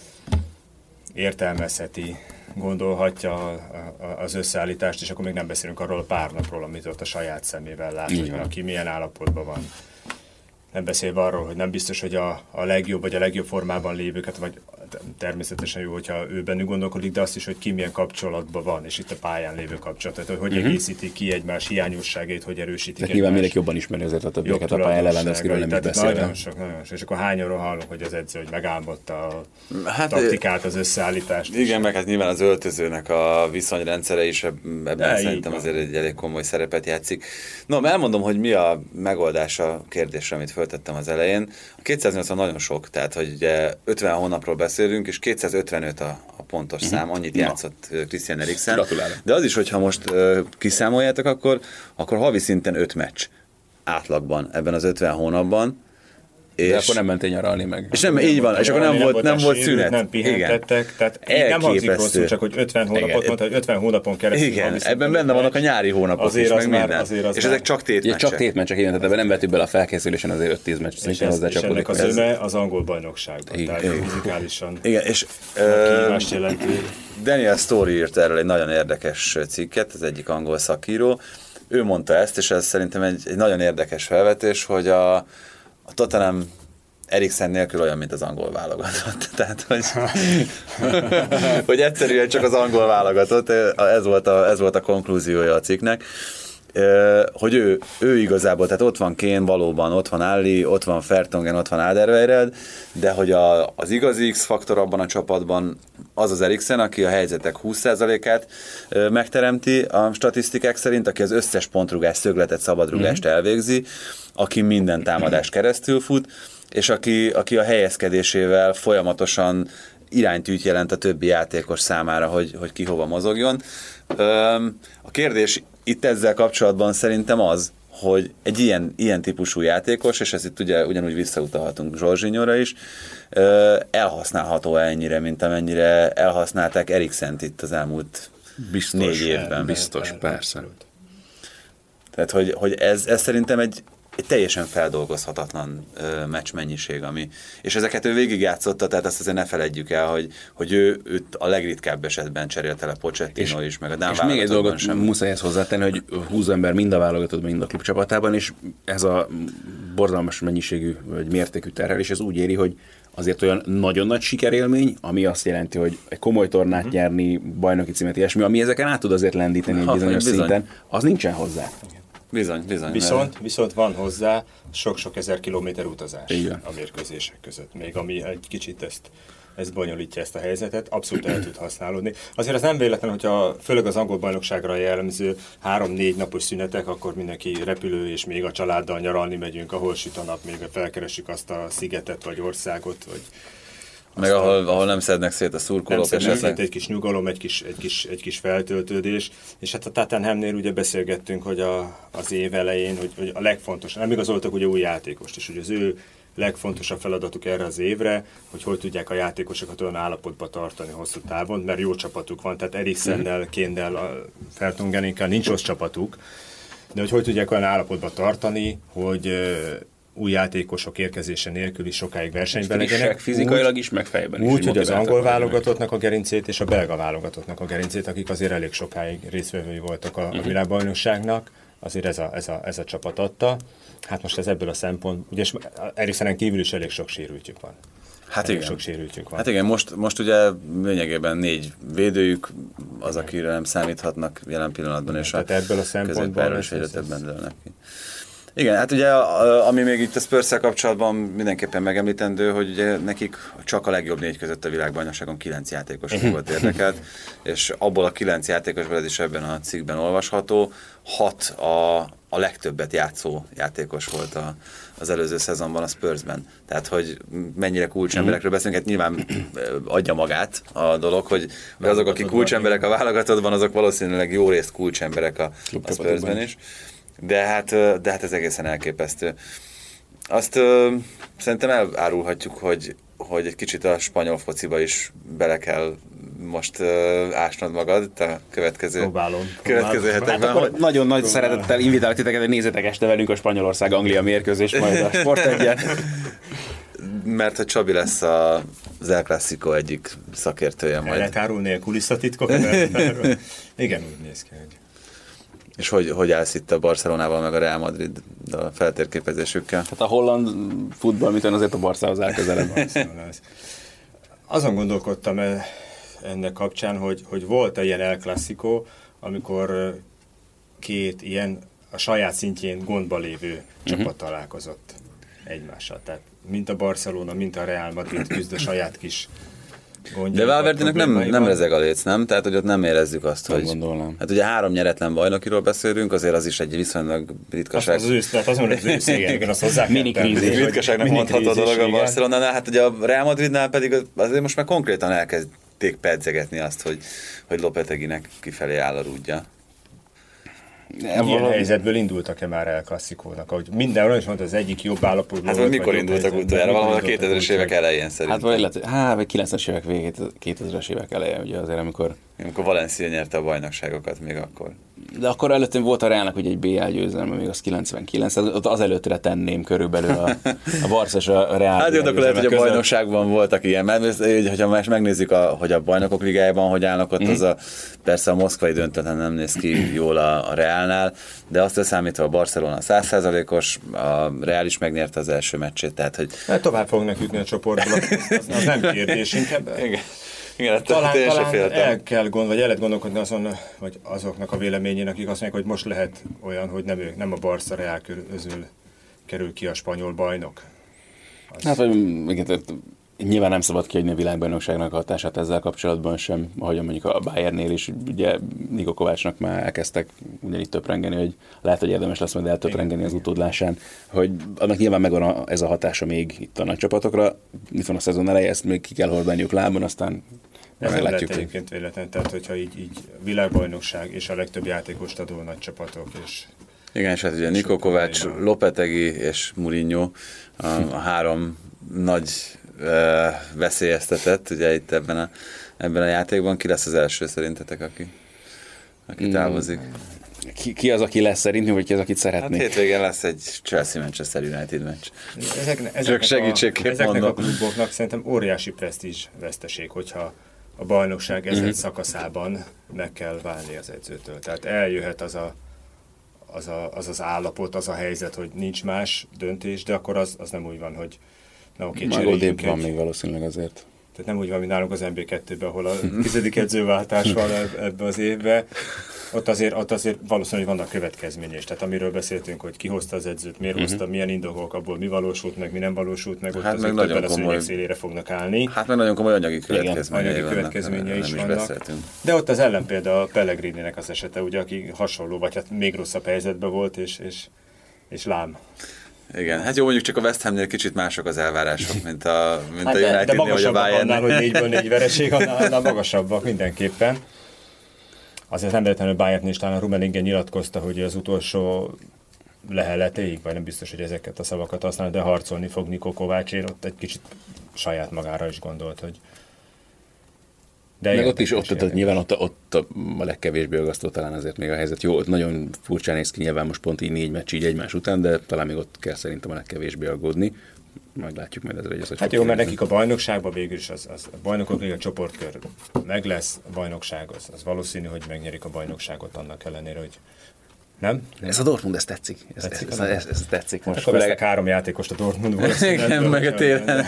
értelmezheti, gondolhatja az összeállítást, és akkor még nem beszélünk arról a pár napról, amit ott a saját szemével lát, hogy aki milyen állapotban van. Nem beszélve arról, hogy nem biztos, hogy a, a legjobb vagy a legjobb formában lévőket, vagy természetesen jó, hogyha ő bennük gondolkodik, de azt is, hogy ki milyen kapcsolatban van, és itt a pályán lévő kapcsolat, hogy hogy uh-huh. egészítik ki egymás hiányosságait, hogy erősítik egymást. Nyilván mindenki jobban ismeri azért a többieket a pályán, Lewandowskiról nem is beszélve. Nagyon sok, nagyon sok. És akkor hányról hallunk, hogy az edző, hogy megálmodta a hát, taktikát, az összeállítást. Igen, meg hát nyilván az öltözőnek a viszonyrendszere is ebben de szerintem azért egy elég komoly szerepet játszik. No, elmondom, hogy mi a megoldás a kérdésre, amit föltettem az elején. A kétszáznyolcvan nagyon sok, tehát hogy ugye ötven hónapról beszélünk, és kétszázötvenöt a, a pontos uh-huh. szám, annyit Na. játszott Christian Eriksen. Gratulálok. De az is, hogyha most uh, kiszámoljátok, akkor, akkor havi szinten öt meccs átlagban ebben az ötven hónapban. És de akkor nem mentél nyaralni meg. És nem, így van, és akkor nem volt, nem volt szünet. Nem pihentettek, tehát nem hangzik rosszul, csak hogy ötven hónapot mondta, hogy ötven hónapon keresztül. Igen, ebben benne vannak a nyári hónapok azért is, meg már, minden. Azért és ezek csak tétmeccsek. Csak tétmeccsek, igen, tehát ebben nem vettük bele a felkészülésen azért öt-tíz meccs szintén hozzácsapódik. És ennek az öme az angol bajnokságban, tehát fizikálisan igen, és kihívást jelentő. Daniel Story írt erről egy nagyon érdekes cikket, az egyik angol szakíró. Ő mondta ezt, és ez szerintem egy, egy nagyon érdekes felvetés, hogy a, a Tottenham Eriksen nélkül olyan, mint az angol válogatott. Tehát, hogy, hogy egyszerűen csak az angol válogatott, ez volt a, ez volt a konklúziója a cikknek, hogy ő, ő igazából, tehát ott van Kane valóban, ott van Alli, ott van Fertongen, ott van Alderweireld, de hogy a, az igazi X-faktor abban a csapatban az az Eriksen, aki a helyzetek húsz százalékát megteremti a statisztikák szerint, aki az összes pontrugás, szögletet, szabadrugást elvégzi, aki minden támadást keresztül fut, és aki, aki a helyezkedésével folyamatosan iránytűt jelent a többi játékos számára, hogy, hogy ki hova mozogjon. A kérdés itt ezzel kapcsolatban szerintem az, hogy egy ilyen, ilyen típusú játékos, és ezt itt ugye ugyanúgy visszautalhatunk Jorginhóra is, elhasználható ennyire, mint amennyire elhasználták Eriksent itt az elmúlt biztos, négy évben. Biztos, persze. Tehát, hogy, hogy ez, ez szerintem egy egy teljesen feldolgozhatatlan ö, meccs mennyiség, ami, és ezeket ő végigjátszotta, tehát azt azért ne feledjük el, hogy, hogy ő őt a legritkább esetben cserélte le Pochettino is, meg a Dán és még egy dolgot sem. Muszáj ezt hozzátenni, hogy húsz ember mind a válogatottban, mind a klubcsapatában, és ez a borzalmas mennyiségű vagy mértékű terhelés, ez úgy éri, hogy azért olyan nagyon nagy sikerélmény, ami azt jelenti, hogy egy komoly tornát uh-huh. nyerni, bajnoki címet, ilyesmi, ami ezeken át tud azért lendíteni egy bizonyos bizony. szinten, az nincsen hozzá. Bizony, bizony. Viszont, viszont van hozzá sok-sok ezer kilométer utazás a mérkőzések között, még ami egy kicsit ezt ez bonyolítja ezt a helyzetet, abszolút el tud használódni. Azért az nem véletlen, hogyha főleg az angol bajnokságra jellemző három-négy napos szünetek, akkor mindenki repülő, és még a családdal nyaralni megyünk, ahol süt a nap, még felkeressük azt a szigetet, vagy országot, vagy meg ahol, ahol nem szednek szét a szurkolók esetleg. Egy kis nyugalom, egy kis, egy kis, egy kis feltöltődés. És hát a Tottenhamnél ugye beszélgettünk, hogy a, az év elején, hogy, hogy a legfontosabb, nem igazoltak ugye új játékost, és hogy az ő legfontosabb feladatuk erre az évre, hogy hogy tudják a játékosokat olyan állapotba tartani hosszú távon, mert jó csapatuk van, tehát Eriksennel, Kénnel, Fertongeninkel nincs rossz csapatuk, de hogy hogy tudják olyan állapotba tartani, hogy új játékosok érkezése nélkül is sokáig versenyben legyenek. Fizikailag is, meg fejben is. Úgy, hogy az angol válogatottnak a gerincét és a belga válogatottnak a gerincét, akik azért elég sokáig résztvevői voltak a, a világbajnokságnak, azért ez a, ez, a, ez a csapat adta. Hát most ez ebből a szempont, ugye Eriksenen kívül is elég sok sérültjük van. Hát elég igen. sok sérültjük van. Hát igen, most, most ugye lényegében négy védőjük, az, akire nem számíthatnak jelen pillanatban, és tehát a ebből a szempontból is egyre többen dőlnek ki. Igen, hát ugye ami még itt a Spurs-szel kapcsolatban mindenképpen megemlítendő, hogy ugye nekik csak a legjobb négy között a világbajnokságon kilenc játékos volt érdekelt, és abból a kilenc játékosból, ez is ebben a cikkben olvasható, hat a, a legtöbbet játszó játékos volt a, az előző szezonban a Spursben. Tehát, hogy mennyire kulcsemberekről beszélünk, hát nyilván adja magát a dolog, hogy azok, akik kulcsemberek a válogatottban, azok valószínűleg jó részt kulcsemberek a, a Spursben is. De hát, de hát ez egészen elképesztő. Azt ö, szerintem elárulhatjuk, hogy, hogy egy kicsit a spanyol fociba is bele kell most ö, ásnod magad a következő, próbálom, következő próbálom. hetekben. Hát nagyon nagy szeretettel invitálok titeket, hogy nézzetek este velünk a Spanyolország-Anglia mérkőzést, majd a Sport egyen. Mert hogy Csabi lesz a, az El Clásico egyik szakértője majd. El lehet árulni a kulisszatitkok? Igen, úgy néz ki, hogy... És hogy, hogy állsz itt a Barcelonával, meg a Real Madrid a feltérképezésükkel? Hát a holland futball, mitől azért a Barszához áll közelebb. Azon gondolkodtam ennek kapcsán, hogy, hogy volt-e ilyen El Clásico, amikor két ilyen a saját szintjén gondba lévő uh-huh. csapat találkozott egymással. Tehát mint a Barcelona, mint a Real Madrid küzd a saját kis gondjai. De Valverdenek nem, nem rezeg a léc, nem? Tehát, hogy ott nem érezzük azt, nem hogy... Gondolnám. Hát ugye három nyeretlen bajnokiról beszélünk, azért az is egy viszonylag ritkaság. Az az ősz, tehát azon az ősz, igen, azt hozzá mini krízis. Ritkaságnak mondható a dolog a Barcelonánál, hát ugye a Real Madridnál pedig azért most már konkrétan elkezdték pedzegetni azt, hogy, hogy Lopeteginek kifelé áll a rúdja. Ilyen valami... helyzetből indultak-e már El Clászikónak? Ahogy mindenhol is mondta, az egyik jobb állapotból. Hát vagy mikor indultak utoljára? Valahol a kétezres évek elején szerintem. Hát vagy lehet, hát, vagy kilencvenes évek végén, kétezres évek elején, ugye azért, amikor... Amikor Valencia nyerte a bajnokságokat még akkor. De akkor előttünk volt a Reálnak ugye egy bé el győzelme, még az kilencvenkilenc, ott az előttre tenném körülbelül a, a Barca és a Reál. Hát jó, akkor lehet, hogy a bajnokságban voltak ilyen, mert hogyha más megnézzük, a, hogy a bajnokok ligájában hogy állnak ott, mm-hmm. az a, persze a moszkvai döntetlen nem néz ki jól a, a Reálnál, de azt számítva a Barcelona száz százalékos, a Reál is megnyerte az első meccsét, tehát hogy... Hát tovább fognak jutni a csoportból, az, az nem kérdés, inkább... Igen. Igen, talán, talán el kell gond, vagy el lehet gondolkodni azon, vagy azoknak a véleményén, akik azt mondják, hogy most lehet olyan, hogy nem, ők, nem a Barca Reál közül kerül ki a spanyol bajnok. Az... Hát, vagy igen, nyilván nem szabad kiadni a világbajnokságnak a hatását ezzel kapcsolatban sem, ahogy mondjuk a Bayernnél is, ugye Niko Kovácsnak már elkezdtek ugyanígy töprengeni, hogy lehet, hogy érdemes lesz majd eltöprengeni az utódlásán, hogy annak nyilván megvan a, ez a hatása még itt a nagy csapatokra, itt van a szezon eleje, ezt még ki kell hordaniuk lábon, aztán ez nem lehet egyébként véletlen, tehát hogyha így, így világbajnokság és a legtöbb játékost adó nagy csapatok, és... Igen, és hát ugye Niko Kovács, Lopetegi és Mourinho a, a három nagy uh, veszélyeztetett, ugye itt ebben a, ebben a játékban. Ki lesz az első szerintetek, aki, aki távozik? Ki, ki az, aki lesz szerintünk, vagy ki az, akit szeretnék? Hát hétvégén lesz egy Chelsea-Manchester United meccs. Ezek, Csak segítségképp ezeknek mondom. a kluboknak szerintem óriási presztízs veszteség, hogyha a bajnokság ezen mm-hmm. szakaszában meg kell válni az edzőtől. Tehát eljöhet az, a, az, a, az az állapot, az a helyzet, hogy nincs más döntés, de akkor az, az nem úgy van, hogy na oké, cseréljünk egy... van még valószínűleg azért. Tehát nem úgy van, mint nálunk az en bé kettőben, ahol a tizedik edzőváltás van ebbe az évbe. ott azért, ott azért valószínűleg vannak következmények. Tehát amiről beszéltünk, hogy ki hozta az edzőt, miért uh-huh. hozta, milyen indokok, abból mi valósult meg, mi nem valósult meg, ott hát azért többen a szőnyeg szélére fognak állni. Hát meg nagyon komoly anyagi következményei anyagi vannak. következményei is is vannak. Beszéltünk. De ott az ellenpélda a Pellegrininek az esete, ugye, aki hasonló, vagy hát még rosszabb helyzetben volt, és, és, és lám. Igen, hát jó, mondjuk csak a West Hamnél kicsit mások az elvárások, mint a, mint hát a Unitednél, de, de magasabbak vagy a annál, hogy négyből négy vereség, annál, annál magasabbak mindenképpen. Azért nem véletlenül Bayern is talán a Rummenigge nyilatkozta, hogy az utolsó leheletéig, vagy nem biztos, hogy ezeket a szavakat használ, de harcolni fog Niko Kovácsért, ott egy kicsit saját magára is gondolt, hogy de meg ott is, ott, ott, ott nyilván ott, ott a legkevésbé aggasztó talán azért még a helyzet. Jó, ott nagyon furcsán néz ki nyilván most pont így négy meccs így egymás után, de talán még ott kell szerintem a legkevésbé aggódni. Meglátjuk majd ezzel, hogy az, hogy hát jó, mert nekik a bajnokságban végül is az, az a bajnokok liga csoportkör meg lesz, a bajnokság az, az valószínű, hogy megnyerik a bajnokságot annak ellenére, hogy nem? Ez a Dortmund, ez tetszik. Ez, tetszik, ez, ez, ez tetszik. Most akkor vesznek három játékost a Dortmundból. Igen, meg a télen.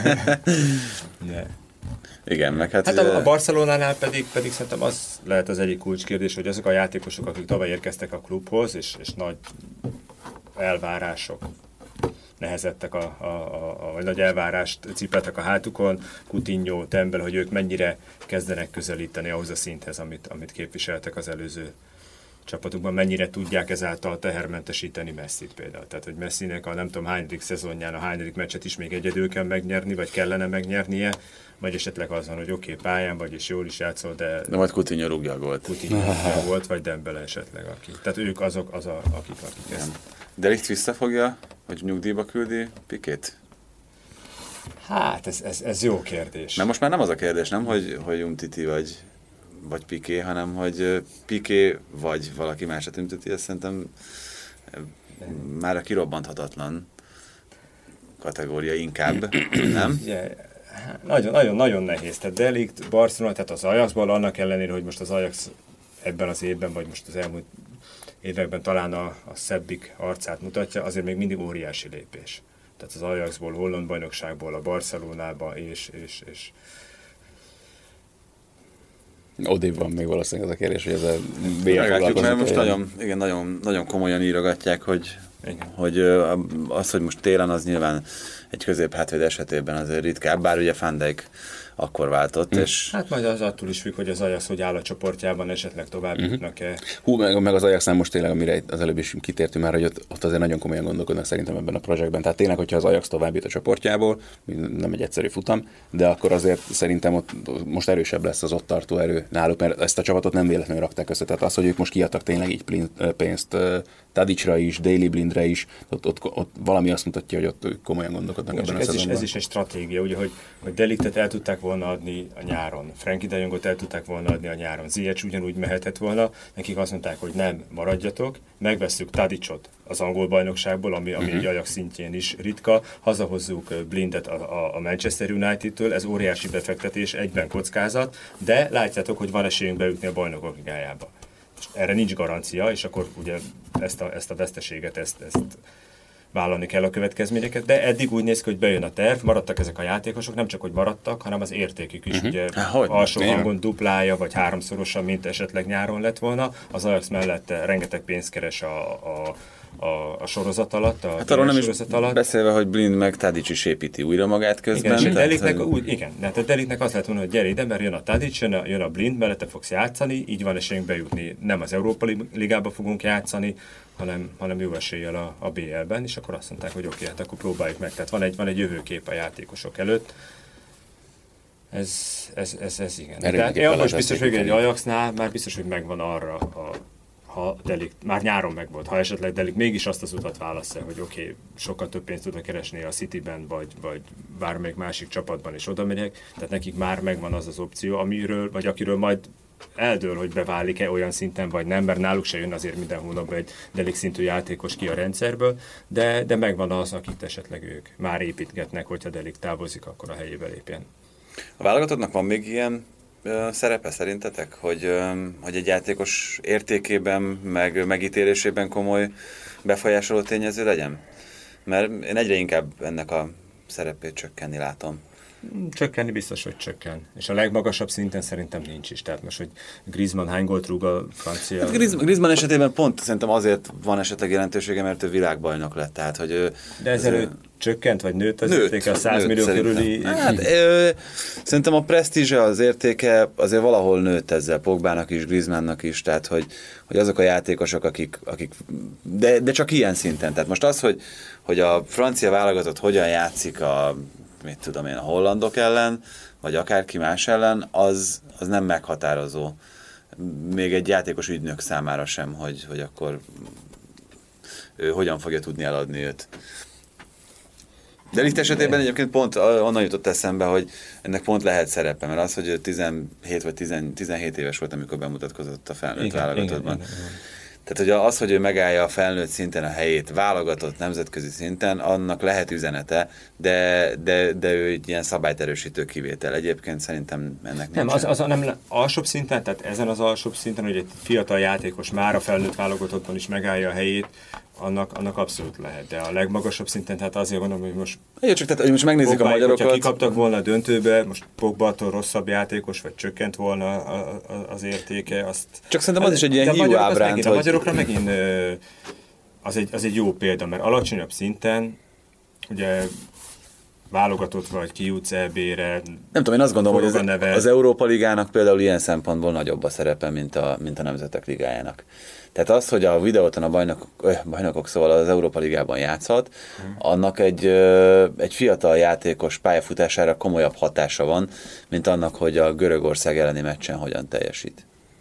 Igen, meg hát... Hát a, a Barcelonánál pedig, pedig szerintem az lehet az egyik kulcskérdés, hogy azok a játékosok, akik tavaly érkeztek a klubhoz, és, és nagy elvárások nehezettek, a, a, a, a, vagy nagy elvárást cipeltek a hátukon, Coutinho, Tembel, hogy ők mennyire kezdenek közelíteni ahhoz a szinthez, amit, amit képviseltek az előző csapatukban, mennyire tudják ezáltal tehermentesíteni Messit például. Tehát, hogy Messinek a nem tudom hányadik szezonján a hányadik meccset is még egyedül kell megnyerni, vagy kellene megnyernie, vagy esetleg az van, hogy oké, okay, pályán vagy, és jól is játszol, de... De majd Coutinho rúgja a gólt. Coutinho rúgja volt, vagy Dembele esetleg, aki. Tehát ők azok, az a, akik, akik ezt... De Ligt visszafogja, hogy nyugdíjba küldi Pikét? Hát, ez, ez, ez jó kérdés. Mert most már nem az a kérdés, nem, hogy, hogy Umtiti vagy, vagy Piqué, hanem hogy Piqué vagy valaki másat Umtiti, ezt szerintem már a kirobbanthatatlan kategória inkább, nem? Yeah. Nagyon, nagyon, nagyon nehéz. Tehát De Ligt, Barcelona, tehát az Ajaxból, annak ellenére, hogy most az Ajax ebben az évben, vagy most az elmúlt években talán a, a szebbik arcát mutatja, azért még mindig óriási lépés. Tehát az Ajaxból, holland bajnokságból, a Barcelonába, és, és, és odébb van még valószínűleg az a kérdés, hogy ez a bé el foglalkozik. Mert most nagyon, igen, nagyon, nagyon komolyan írogatják, hogy, hogy az, hogy most télen az nyilván egy középhátvéd esetében azért ritkább, bár ugye Van Dijk akkor váltott, mm. és... Hát majd az attól is függ, hogy az Ajax hogy áll a csoportjában, esetleg tovább mm-hmm. jutnak-e. Hú, meg, meg az Ajaxnál most tényleg, amire az előbb is kitértünk már, hogy ott, ott azért nagyon komolyan gondolkodnak szerintem ebben a projektben. Tehát tényleg, hogyha az Ajax tovább jut a csoportjából, nem egy egyszerű futam, de akkor azért szerintem ott most erősebb lesz az ott tartó erő náluk, mert ezt a csapatot nem véletlenül rakták össze. Tehát az, hogy ők most kiadtak tényleg így pénzt Tadićra is, Daley Blindre is, ott, ott, ott valami azt mutatja, hogy ott komolyan gondolkodnak igen, ebben a ez szezonban. Is, ez is egy stratégia, ugye, hogy, hogy De Ligtet el tudták volna adni a nyáron, Frenkie de Jongot el tudták volna adni a nyáron, Ziyech ugyanúgy mehetett volna, nekik azt mondták, hogy nem, maradjatok, megvesszük Tadićot az angol bajnokságból, ami, ami uh-huh. egy Ajax szintjén is ritka, hazahozzuk Blindet a, a Manchester United-től, ez óriási befektetés, egyben kockázat, de látjátok, hogy van esélyünk bejutni a Bajnokok Ligájába. Erre nincs garancia, és akkor ugye ezt a, ezt a veszteséget, ezt, ezt vállalni kell a következményeket, de eddig úgy néz ki, hogy bejön a terv, maradtak ezek a játékosok, nem csak, hogy maradtak, hanem az értékük is, uh-huh. ugye Há, alsó hangon duplája, vagy háromszorosa, mint esetleg nyáron lett volna. Az Ajax mellett rengeteg pénzt keres a, a A, a sorozat alatt, a hát arról nem is alatt. Beszélve, hogy Blind meg Tadić is építi újra magát közben. Igen, tehát, hogy... úgy, igen, tehát a De Ligtnek az lehet volna, hogy gyere ide, mert jön a Tadić, jön a, jön a Blind, mellette fogsz játszani, így van esélyünk bejutni. Nem az Európa Ligába fogunk játszani, hanem, hanem jó eséllyel a, a bé el-ben, és akkor azt mondták, hogy oké, hát akkor próbáljuk meg. Tehát van egy, van egy jövőkép a játékosok előtt. Ez, ez, ez, ez igen. Tehát én most biztos, hogy egy Ajaxnál már biztos, hogy megvan arra a ha De Ligt, már nyáron megvolt, ha esetleg De Ligt mégis azt az utat válassza, hogy oké, okay, sokkal több pénzt tudnak keresni a Cityben, vagy, vagy bármelyik másik csapatban is oda megyek, tehát nekik már megvan az az opció, amiről, vagy akiről majd eldől, hogy beválik-e olyan szinten, vagy nem, mert náluk se jön azért minden hónapban egy De Ligt szintű játékos ki a rendszerből, de, de megvan az, akit esetleg ők már építgetnek, hogyha De Ligt távozik, akkor a helyébe lépjen. A válogatottnak van még ilyen szerepe szerintetek, hogy, hogy egy játékos értékében, meg megítélésében komoly befolyásoló tényező legyen? Mert én egyre inkább ennek a szerepét csökkenni látom. Csökkenni biztos, hogy csökken. És a legmagasabb szinten szerintem nincs is. Tehát most, hogy Griezmann hány gólt rúg a francia... Hát Griezmann, Griezmann esetében pont szerintem azért van esetleg jelentősége, mert ő világbajnok lett. Tehát, hogy ő, de ezzel ő csökkent, vagy nőtt az nőtt, értéke a száz millió körüli... Hát, ö, szerintem a presztízse, az értéke azért valahol nőtt ezzel Pogbának is, Griezmannnak is, tehát hogy, hogy azok a játékosok, akik... akik de, de csak ilyen szinten. Tehát most az, hogy, hogy a francia válogatott hogyan játszik a mit tudom én, a hollandok ellen, vagy akárki más ellen, az, az nem meghatározó. Még egy játékos ügynök számára sem, hogy, hogy akkor ő hogyan fogja tudni eladni őt. De itt esetében egyébként pont onnan jutott eszembe, hogy ennek pont lehet szerepe, mert az, hogy ő tizenhét vagy tizenhét éves volt, amikor bemutatkozott a felnőtt válogatottban. Tehát hogy az, hogy ő megállja a felnőtt szinten a helyét, válogatott nemzetközi szinten, annak lehet üzenete, de, de, de ő egy ilyen szabályt erősítő kivétel. Egyébként szerintem ennek nem. Az, az a nem alsóbb szinten, tehát ezen az alsóbb szinten, hogy egy fiatal játékos már a felnőtt válogatottban is megállja a helyét, annak, annak abszolút lehet. De a legmagasabb szinten, tehát azért gondolom, hogy most... Jó, csak tehát, hogy most megnézzük Pogbáig, a magyarokat... Hogyha kikaptak volna a döntőbe, most Pogba-tól rosszabb játékos, vagy csökkent volna a, a, az értéke, azt... Csak szerintem az is egy ilyen hiú ábránt, hogy... A magyarokra megint az egy, az egy jó példa, mert alacsonyabb szinten, ugye válogatott vagy, kijutsz é bé-re... Nem tudom, én azt gondolom, hogy az, az Európa Ligának például ilyen szempontból nagyobb a szerepe, mint a, mint a Nemzetek Ligájának. Tehát az, hogy a videóton a bajnok, öh, bajnokok, szóval az Európa Ligában játszhat, hmm. annak egy, ö, egy fiatal játékos pályafutására komolyabb hatása van, mint annak, hogy a Görögország elleni meccsen hogyan teljesít.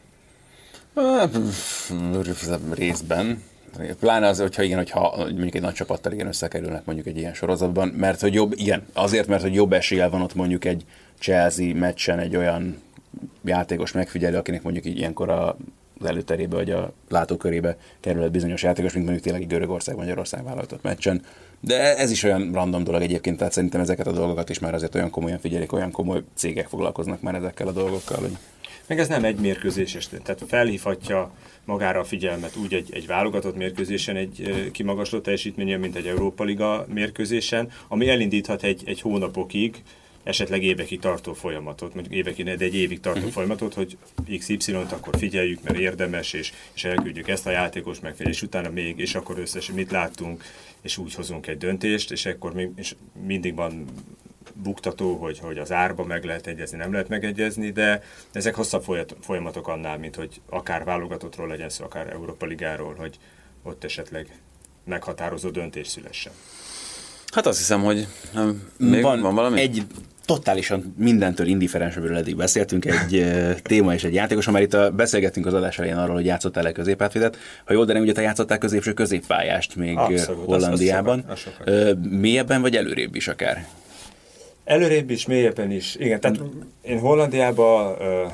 Részben. Pláne az, hogyha igen, hogyha mondjuk egy nagy csapattal igen összekerülnek mondjuk egy ilyen sorozatban, mert hogy jobb, igen, azért, mert hogy jobb eséllyel van ott mondjuk egy Chelsea meccsen egy olyan játékos megfigyelő, akinek mondjuk így ilyenkor a az előterébe, vagy a látókörébe kerül bizonyos játékos, mint mondjuk tényleg egy Görögország-Magyarország válogatott meccsen. De ez is olyan random dolog egyébként, tehát szerintem ezeket a dolgokat is már azért olyan komolyan figyelik, olyan komoly cégek foglalkoznak már ezekkel a dolgokkal. Hogy... Meg ez nem egy mérkőzéses, tehát felhívhatja magára a figyelmet úgy egy, egy válogatott mérkőzésen egy kimagasló teljesítményen, mint egy Európa Liga mérkőzésen, ami elindíthat egy, egy hónapokig, esetleg évekig tartó folyamatot, mondjuk évekig, de egy évig tartó uh-huh. folyamatot, hogy iksz ipszilont akkor figyeljük, mert érdemes, és, és elküldjük ezt a játékos megfigyelni, és utána még, és akkor összesen mit láttunk, és úgy hozunk egy döntést, és akkor még, és mindig van buktató, hogy, hogy az árba meg lehet egyezni, nem lehet megegyezni, de ezek hosszabb folyamatok annál, mint hogy akár válogatottról legyen szó, akár Európa Ligáról, hogy ott esetleg meghatározó döntés szülessen. Hát azt hiszem, hogy még van, van valami? Egy totálisan mindentől indiferensebről eddig beszéltünk, egy téma és egy játékos, mert itt a, beszélgettünk az adás elején arról, hogy játszottál-e középátvédet. Ha jól, de nem, ugye te játszottál középső középpályást még abszolút, Hollandiában. Az, az sokat, az sokat. Mélyebben vagy előrébb is akár? Előrébb is, mélyebben is. Igen, tehát én Hollandiában uh,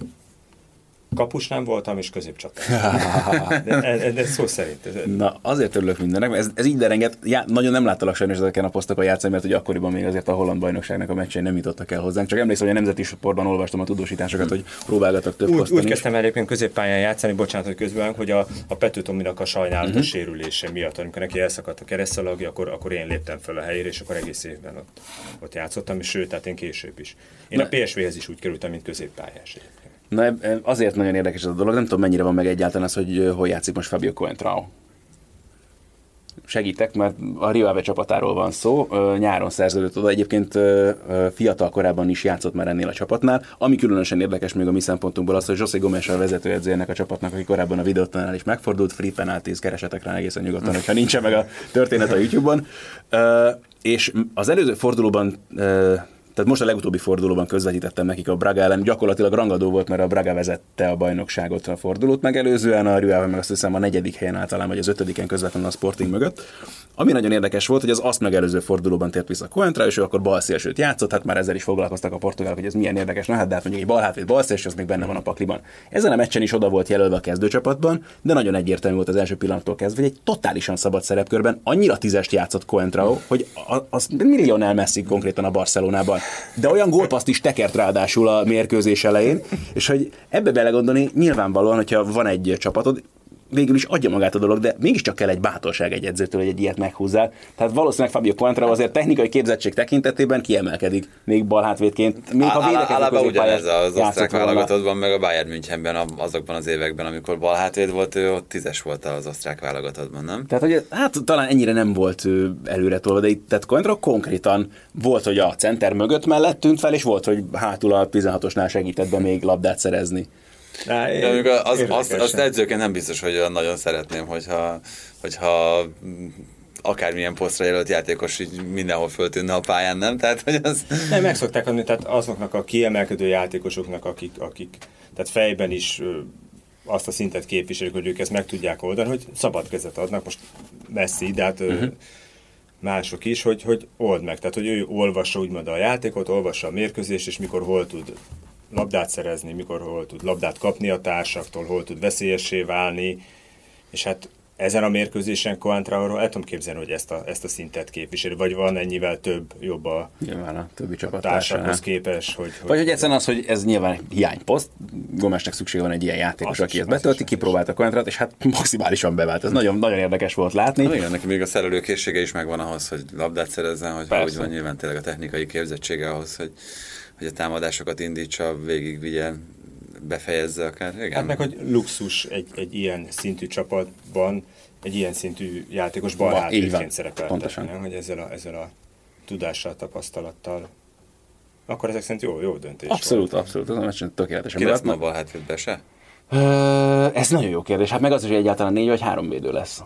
kapus nem voltam, és középcsatár. De, de, de szó szerint. Na, azért örülök mindennek, mert ez, ez így derenget. Já, nagyon nem láttalak sajnos ezeken a posztokon játszani, mert ugye akkoriban még azért a holland bajnokságnak a meccsei nem jutottak el hozzánk. Csak emlékszem, hogy a nemzeti sportban olvastam a tudósításokat, hogy próbálgatok több poszton. Úgy, úgy kezdtem el egyébként középpályán játszani, bocsánat, hogy közben, hogy a, a Pető Tominak a sajnálatos uh-huh. sérülése miatt, amikor neki elszakadt a keresztszalagja, akkor, akkor én léptem fel a helyére, és akkor egész évben ott, ott játszottam, és sőt, tehát én később is. Én Na. a pé es véhez is úgy kerültem, mint középpályás. Na, azért nagyon érdekes ez a dolog, nem tudom mennyire van meg egyáltalán az, hogy hol játszik most Fabio Coentrao. Segítek, mert a Rio Ave csapatáról van szó, nyáron szerződött oda, egyébként fiatal korában is játszott már ennél a csapatnál, ami különösen érdekes még a mi szempontunkból az, hogy José Gomes a vezetőedző ennek a csapatnak, aki korábban a videótánál is megfordult, free penalties, keresetek rá egészen nyugodtan, hogyha nincsen meg a történet a YouTube-on. És az előző fordulóban Tehát most a legutóbbi fordulóban közvetítettem nekik a Braga ellen, gyakorlatilag rangadó volt, mert a Braga vezette a bajnokságot a fordulót megelőzően, a Rio Ave meg azt hiszem a negyedik helyen általán, vagy az ötödiken közvetlenül a Sporting mögött. Ami nagyon érdekes volt, hogy az azt megelőző fordulóban tért vissza Coentrao, és ő akkor balszélsőt játszott, hát már ezzel is foglalkoztak a portugálok, hogy ez milyen érdekes, na hát, de hát mondjuk egy balhátvéd balszélső, az még benne van a pakliban. Ezen a meccsen is oda volt jelölve a kezdőcsapatban, de nagyon egyértelmű volt az első pillanattól kezdve, hogy egy totálisan szabad szerepkörben annyira tízest játszott Coentrao, hogy az Lionel Messi konkrétan a Barcelonában. De olyan gólpaszt is tekert ráadásul a mérkőzés elején, és hogy ebbe belegondolni, nyilvánvalóan, hogyha van egy csapatod, végül is adja magát a dolog, de mégiscsak kell egy bátorság egy edzőtől, hogy egy ilyet meghúzzál. Tehát valószínűleg Fabio Coentrao azért technikai képzettség tekintetében kiemelkedik, még balhátvédként. Még ha általában ugyanez az osztrák válogatottban, meg a Bayern Münchenben azokban az években, amikor balhátvéd volt, ő ott tízes volt az osztrák válogatottban, nem? Tehát, hogy hát talán ennyire nem volt előre tolva, de itt tehát Coentrao konkrétan volt, hogy a center mögött mellett tűnt fel, és volt, hogy hátul a tizenhatosnál segített be még labdát szerezni. Na, én, az, az, azt edzőként nem biztos, hogy olyan nagyon szeretném, hogyha, hogyha akármilyen posztra jelölt játékos így mindenhol föltűnne a pályán, nem? Tehát, hogy az... Nem, meg szokták adni, tehát azoknak a kiemelkedő játékosoknak, akik, akik tehát fejben is azt a szintet képviselik, hogy ők ezt meg tudják oldani, hogy szabad kezet adnak, most Messi, de hát uh-huh. mások is, hogy, hogy old meg. Tehát, hogy ő olvassa úgymond a játékot, olvassa a mérkőzést, és mikor hol tud labdát szerezni, mikor hol tud labdát kapni a társaktól, hol tud veszélyessé válni, és hát ezen a mérkőzésen Coentraóról el tudom képzelni, hogy ezt a, ezt a szintet képviseli, vagy van ennyivel több, jobb a, nyilván a többi a társakhoz képes. Hogy, hogy vagy hogy egyszerűen az, hogy ez nyilván hiányposzt, Gomesnek szükség van egy ilyen játékos, aki ezt betölti, kipróbálta Coentraót, és hát maximálisan bevált. Ez nagyon, nagyon érdekes volt látni. Na, igen, neki még a szerelőkészsége is megvan ahhoz, hogy labdát szerezzen, hogy persze. Úgy van nyilván tényleg a technikai képzettsége ahhoz, hogy, hogy a támadásokat indítsa, végigvigye, befejezze akár. Igen. Hát meg, hogy luxus egy, egy ilyen szintű csapatban egy ilyen szintű játékos balhátvédként szerepeltetni, hogy ezzel a, ezzel a tudással, tapasztalattal. Akkor ezek szerint jó, jó döntés. Abszolút, volt. abszolút. Az a meccsen tökéletesen. Ki lesz ma balhátvédbe se? Ö, ez nagyon jó kérdés. Hát meg az, hogy egyáltalán négy vagy három védő lesz.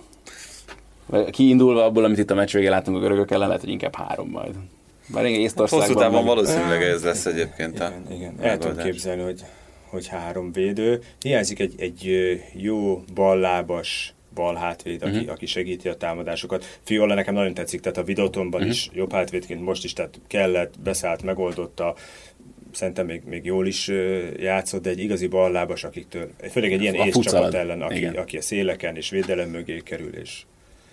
Kiindulva abból, amit itt a meccs végén látunk a görögök ellen, lehet, hogy inkább három majd. Bár igen, Észtországban... Hosszú távon valószínűleg ez lesz egyébként. Igen, a igen. El tudom képzelni, hogy, hogy három védő. Hiányzik egy, egy jó ballábas bal hátvéd, aki, uh-huh. aki segíti a támadásokat. Fiola nekem nagyon tetszik, tehát a Videotonban uh-huh. is jobb hátvédként most is, tehát kellett, beszállt, megoldotta, szerintem még, még jól is játszott, de egy igazi ballábas, akiktől, főleg egy ilyen ész csapat ellen, aki, aki a széleken és védelem mögé kerül, és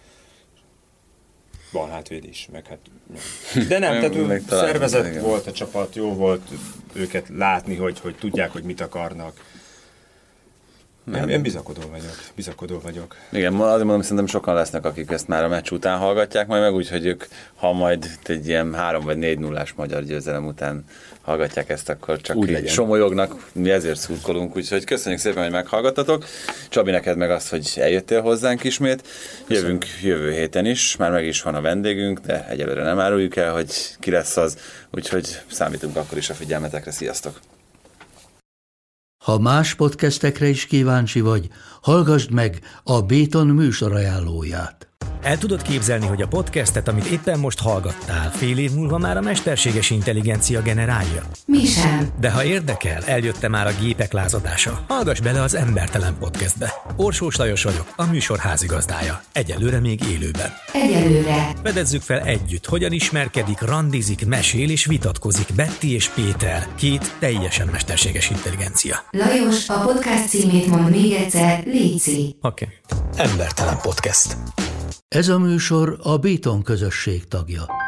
bal hátvéd is, meg hát... De nem, tehát szervezett volt a csapat, jó volt őket látni, hogy, hogy tudják, hogy mit akarnak. Nem, én bizakodó vagyok, bizakodó vagyok. Igen, azért mondom, szerintem sokan lesznek, akik ezt már a meccs után hallgatják majd meg, úgyhogy ők, ha majd egy ilyen három vagy négy nullás magyar győzelem után hallgatják ezt, akkor csak somolyognak, mi ezért szurkolunk, úgyhogy köszönjük szépen, hogy meghallgattatok. Csabi, neked meg azt, hogy eljöttél hozzánk ismét. Jövünk jövő héten is, már meg is van a vendégünk, de egyelőre nem áruljuk el, hogy ki lesz az, úgyhogy számítunk akkor is a figyelmetekre. Sziasztok! Ha más podcastekre is kíváncsi vagy, hallgassd meg a Béton műsor ajánlóját. El tudod képzelni, hogy a podcastet, amit éppen most hallgattál, fél év múlva már a mesterséges intelligencia generálja? Mi sem. De ha érdekel, eljött már a gépek lázadása. Hallgass bele az Embertelen Podcastbe. Orsós Lajos vagyok, a műsor házigazdája. Egyelőre még élőben. Egyelőre. Fedezzük fel együtt, hogyan ismerkedik, randizik, mesél és vitatkozik Betty és Péter, két teljesen mesterséges intelligencia. Lajos, a podcast címét mond még egyszer, léci. Oké. Okay. Embertelen Podcast. Ez a műsor a Béton közösség tagja.